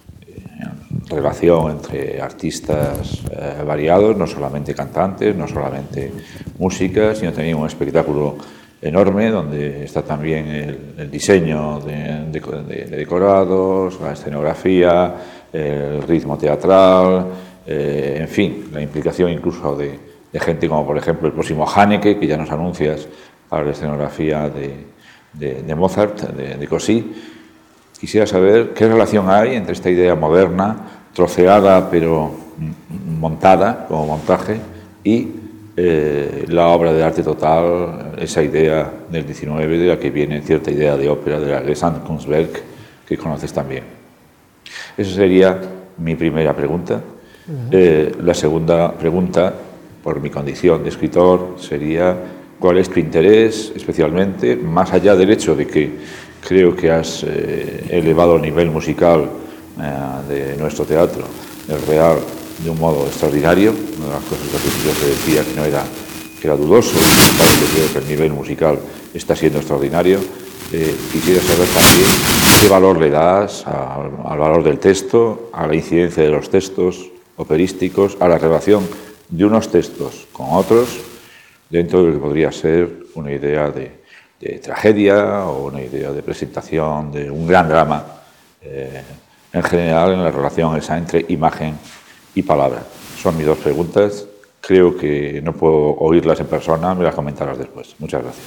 Relación entre artistas eh, variados, no solamente cantantes, no solamente música, sino también un espectáculo enorme donde está también el, el diseño de, de, de decorados, la escenografía, el ritmo teatral, eh, en fin, la implicación incluso de, de gente como por ejemplo el próximo Haneke, que ya nos anuncias para la escenografía de, de, de Mozart, de, de Cossí. Quisiera saber qué relación hay entre esta idea moderna, troceada pero montada como montaje, y eh, la obra de arte total, esa idea del diecinueve de la que viene cierta idea de ópera, de la Gesamtkunstwerk, que conoces también. Esa sería mi primera pregunta. Uh-huh. Eh, la segunda pregunta, por mi condición de escritor, sería ¿cuál es tu interés especialmente, más allá del hecho de que creo que has eh, elevado el nivel musical eh, de nuestro teatro, el Real, de un modo extraordinario? Una de las cosas que yo te decía que no era, que era dudoso, y sin embargo creo que el nivel musical está siendo extraordinario. Eh, quisiera saber también qué valor le das al, al valor del texto, a la incidencia de los textos operísticos, a la relación de unos textos con otros, dentro de lo que podría ser una idea de, de tragedia o una idea de presentación de un gran drama, eh, en general en la relación esa entre imagen y palabra. Son mis dos preguntas. Creo que no puedo oírlas en persona, me las comentarás después. Muchas gracias.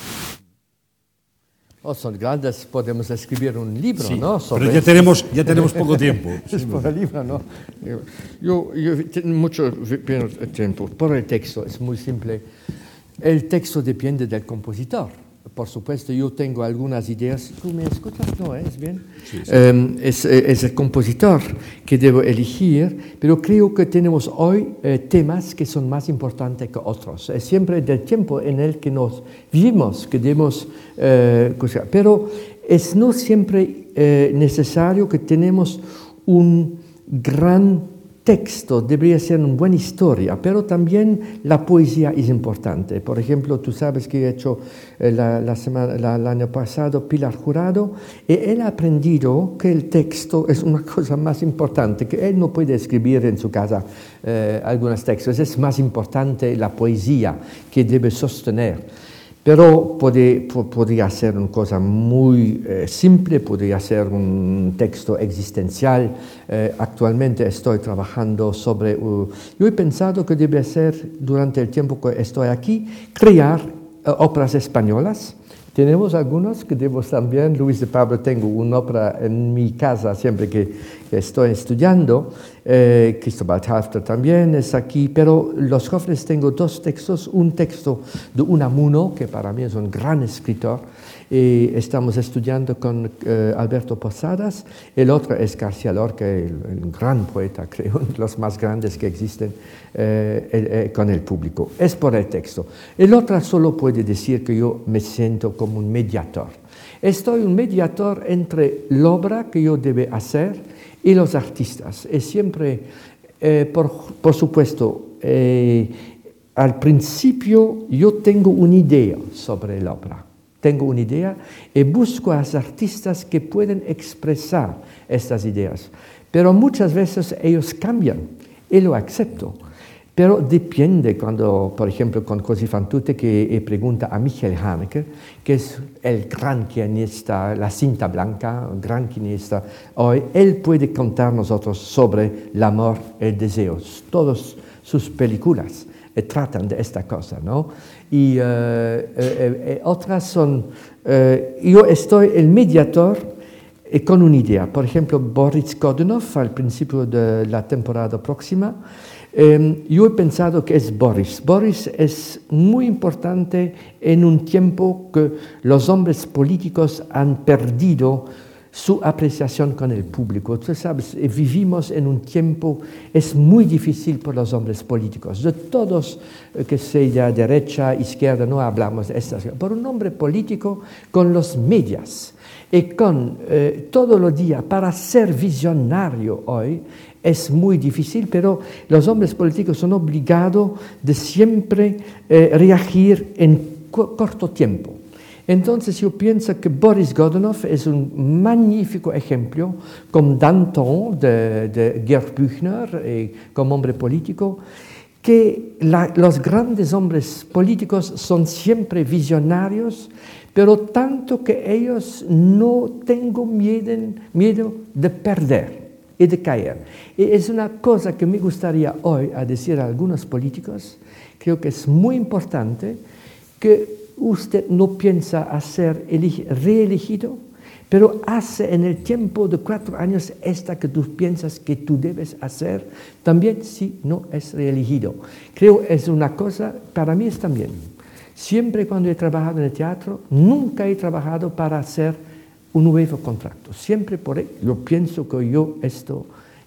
Oh, son grandes, podemos escribir un libro, sí, ¿no? Sobre pero ya tenemos, ya tenemos poco tiempo. Es por el libro, ¿no? Yo, yo tengo mucho tiempo. Por el texto, es muy simple. El texto depende del compositor. Por supuesto, yo tengo algunas ideas. ¿Tú me escuchas? No, ¿eh? ¿Es bien? Sí, sí. Um, es, es el compositor que debo elegir, pero creo que tenemos hoy eh, temas que son más importantes que otros. Es siempre del tiempo en el que nos vivimos que debemos... Eh, pero es no siempre eh, necesario que tenemos un gran texto, debería ser una buena historia, pero también la poesía es importante. Por ejemplo, tú sabes que he hecho eh, la, la semana, la, el año pasado Pilar Jurado, y él ha aprendido que el texto es una cosa más importante, que él no puede escribir en su casa eh, algunos textos, es más importante la poesía que debe sostener. Pero puede, podría ser una cosa muy eh, simple, podría ser un texto existencial. Eh, actualmente estoy trabajando sobre... Uh, yo he pensado que debe ser, durante el tiempo que estoy aquí, crear uh, óperas españolas. Tenemos algunos que debo también, Luis de Pablo, tengo una ópera en mi casa siempre que, que estoy estudiando, eh, Cristóbal Halfter también es aquí, pero los jóvenes tengo dos textos, un texto de Unamuno, que para mí es un gran escritor, y estamos estudiando con eh, Alberto Posadas, el otro es García Lorca, el, el gran poeta, creo, los más grandes que existen eh, el, eh, con el público. Es por el texto. El otro solo puede decir que yo me siento como un mediador. Estoy un mediador entre la obra que yo debo hacer y los artistas. Es siempre, eh, por, por supuesto, eh, al principio yo tengo una idea sobre la ópera. Tengo una idea y busco a los artistas que pueden expresar estas ideas. Pero muchas veces ellos cambian y lo acepto. Pero depende cuando, por ejemplo, con Così fan tutte, que pregunta a Michael Haneke, que es el gran pianista, la cinta blanca, gran pianista, hoy él puede contar nosotros sobre el amor y el deseo. Todas sus películas eh, tratan de esta cosa, ¿no? Y eh, eh, eh, otras son, eh, yo estoy el mediador eh, con una idea. Por ejemplo, Boris Godunov, al principio de la temporada próxima, Eh, yo he pensado que es Boris. Boris es muy importante en un tiempo que los hombres políticos han perdido su apreciación con el público. Tú sabes, vivimos en un tiempo, es muy difícil por los hombres políticos. De todos, eh, que sea derecha, izquierda, no hablamos de estas cosas. Por un hombre político con los medios y con eh, todo el día para ser visionario hoy, es muy difícil, pero los hombres políticos son obligados de siempre eh, reagir en co corto tiempo. Entonces yo pienso que Boris Godunov es un magnífico ejemplo, como Danton de, de Gerd Büchner, eh, como hombre político, que la, los grandes hombres políticos son siempre visionarios, pero tanto que ellos no tengan miedo, miedo de perder y de caer. Y es una cosa que me gustaría hoy a decir a algunos políticos. Creo que es muy importante que usted no piensa a ser reelegido, pero hace en el tiempo de cuatro años esta que tú piensas que tú debes hacer, también si no es reelegido. Creo que es una cosa, para mí es también. Siempre cuando he trabajado en el teatro, nunca he trabajado para hacer un nuevo contrato. Siempre por ello, yo pienso que yo estoy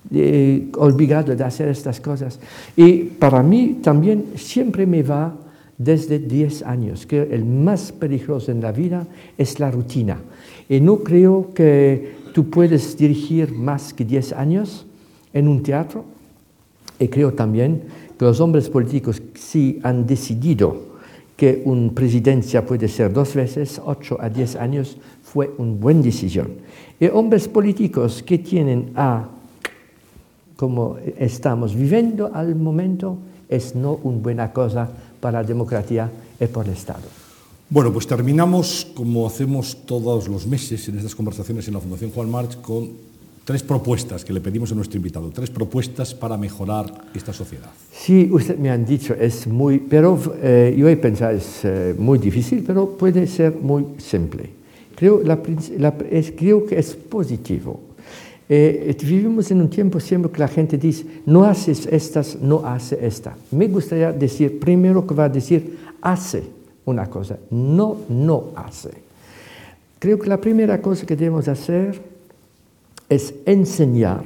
eh, obligado de hacer estas cosas. Y para mí también siempre me va desde diez años, que el más peligroso en la vida es la rutina. Y no creo que tú puedes dirigir más que diez años en un teatro. Y creo también que los hombres políticos, si han decidido que una presidencia puede ser dos veces, ocho a diez años, fue una buena decisión. Y hombres políticos que tienen a, como estamos viviendo al momento, es no una buena cosa para la democracia y por el Estado. Bueno, pues terminamos, como hacemos todos los meses en estas conversaciones en la Fundación Juan March, con tres propuestas que le pedimos a nuestro invitado, tres propuestas para mejorar esta sociedad. Sí, usted me han dicho, es muy, pero eh, yo he pensado, es eh, muy difícil, pero puede ser muy simple. Creo, la, la, es, creo que es positivo. Eh, vivimos en un tiempo siempre que la gente dice, no haces estas, no hace esta. Me gustaría decir primero que va a decir, hace una cosa, no, no hace. Creo que la primera cosa que debemos hacer es enseñar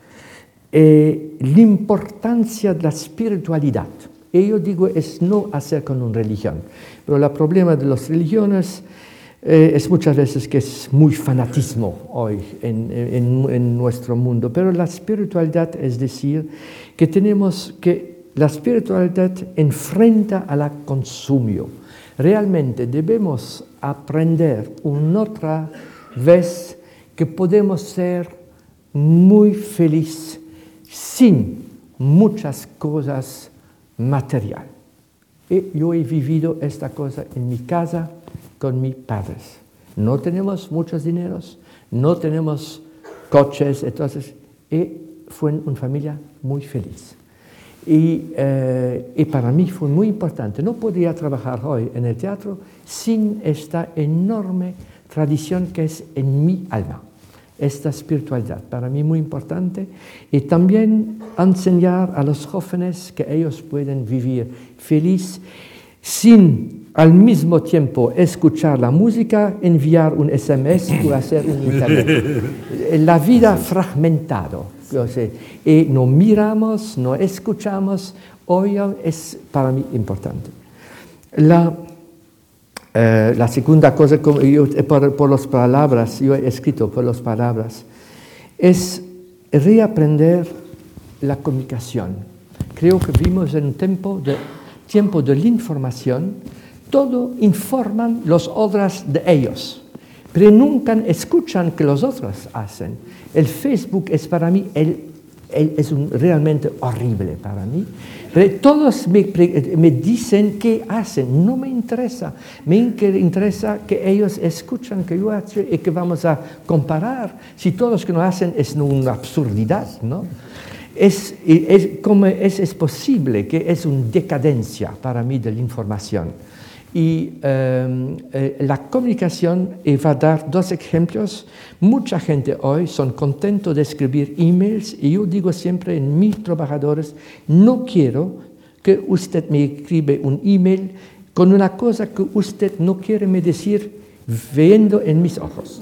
eh, la importancia de la espiritualidad. Y yo digo, es no hacer con una religión. Pero el problema de las religiones Eh, es muchas veces que es muy fanatismo hoy en, en, en nuestro mundo, pero la espiritualidad es decir que tenemos que la espiritualidad enfrenta a la consumo. Realmente debemos aprender una otra vez que podemos ser muy felices sin muchas cosas materiales. Y yo he vivido esta cosa en mi casa con mis padres. No tenemos muchos dineros, no tenemos coches, entonces, y fue una familia muy feliz. Y, eh, y para mí fue muy importante. No podía trabajar hoy en el teatro sin esta enorme tradición que es en mi alma, esta espiritualidad, para mí muy importante. Y también enseñar a los jóvenes que ellos pueden vivir feliz sin al mismo tiempo escuchar la música, enviar un S M S o hacer un internet. La vida fragmentada. Y no miramos, no escuchamos, hoy es para mí importante. La, eh, la segunda cosa, como yo, por, por las palabras, yo he escrito por las palabras, es reaprender la comunicación. Creo que vivimos en un tiempo de tiempo de la información, todo informan los otros de ellos, pero nunca escuchan que los otros hacen. El Facebook es para mí, el, el, es un, realmente horrible para mí, pero todos me, me dicen qué hacen, no me interesa, me interesa que ellos escuchan que yo hago y que vamos a comparar. Si todos que no hacen es una absurdidad, ¿no? Es, es, como es, es posible que es una decadencia para mí de la información. Y eh, eh, la comunicación, y va a dar dos ejemplos. Mucha gente hoy son contentos de escribir emails y yo digo siempre en mis trabajadores, no quiero que usted me escribe un email con una cosa que usted no quiere me decir viendo en mis ojos.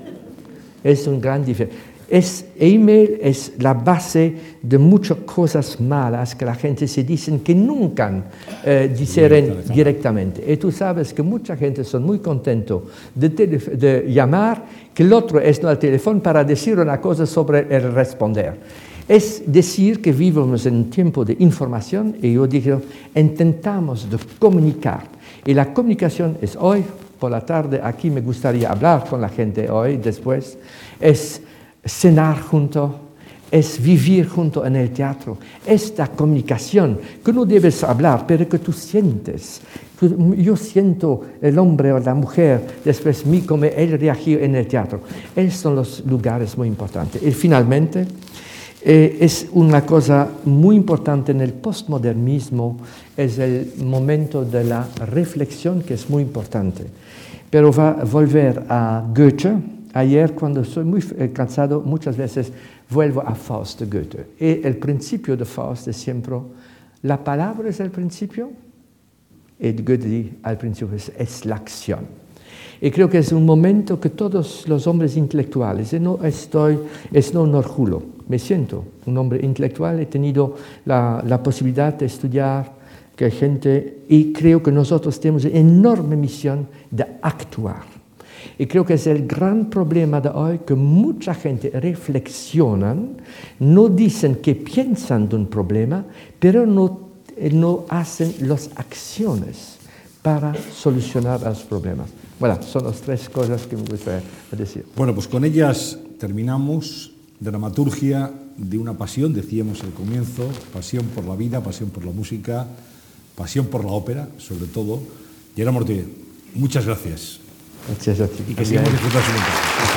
Es un gran diferencia. Es, email es la base de muchas cosas malas que la gente se dicen que nunca eh, dicen directamente. Y tú sabes que mucha gente son muy contentos de, de llamar, que el otro es no al teléfono para decir una cosa sobre el responder. Es decir que vivimos en un tiempo de información y yo digo, intentamos de comunicar. Y la comunicación es hoy, por la tarde, aquí me gustaría hablar con la gente hoy, después, es cenar junto, es vivir junto en el teatro. Esta comunicación que no debes hablar, pero que tú sientes. Yo siento el hombre o la mujer, después mí como él reagió en el teatro. Esos son los lugares muy importantes. Y finalmente, eh, es una cosa muy importante en el postmodernismo, es el momento de la reflexión que es muy importante. Pero va a volver a Goethe. Ayer, cuando estoy muy cansado, muchas veces vuelvo a Faust de Goethe. Y el principio de Faust es siempre, la palabra es el principio, y Goethe dice al principio es, es la acción. Y creo que es un momento que todos los hombres intelectuales, y no estoy, es no un orgullo, me siento un hombre intelectual, he tenido la, la posibilidad de estudiar, que hay gente, y creo que nosotros tenemos una enorme misión de actuar. Y creo que es el gran problema de hoy que mucha gente reflexionan, no dicen que piensan de un problema, pero no, no hacen las acciones para solucionar los problemas. Bueno, son las tres cosas que me gustaría decir. Bueno, pues con ellas terminamos. Dramaturgia de una pasión, decíamos al comienzo, pasión por la vida, pasión por la música, pasión por la ópera, sobre todo. Gerard Mortier, muchas gracias. Gracias a ti. Y que sigamos disfrutando su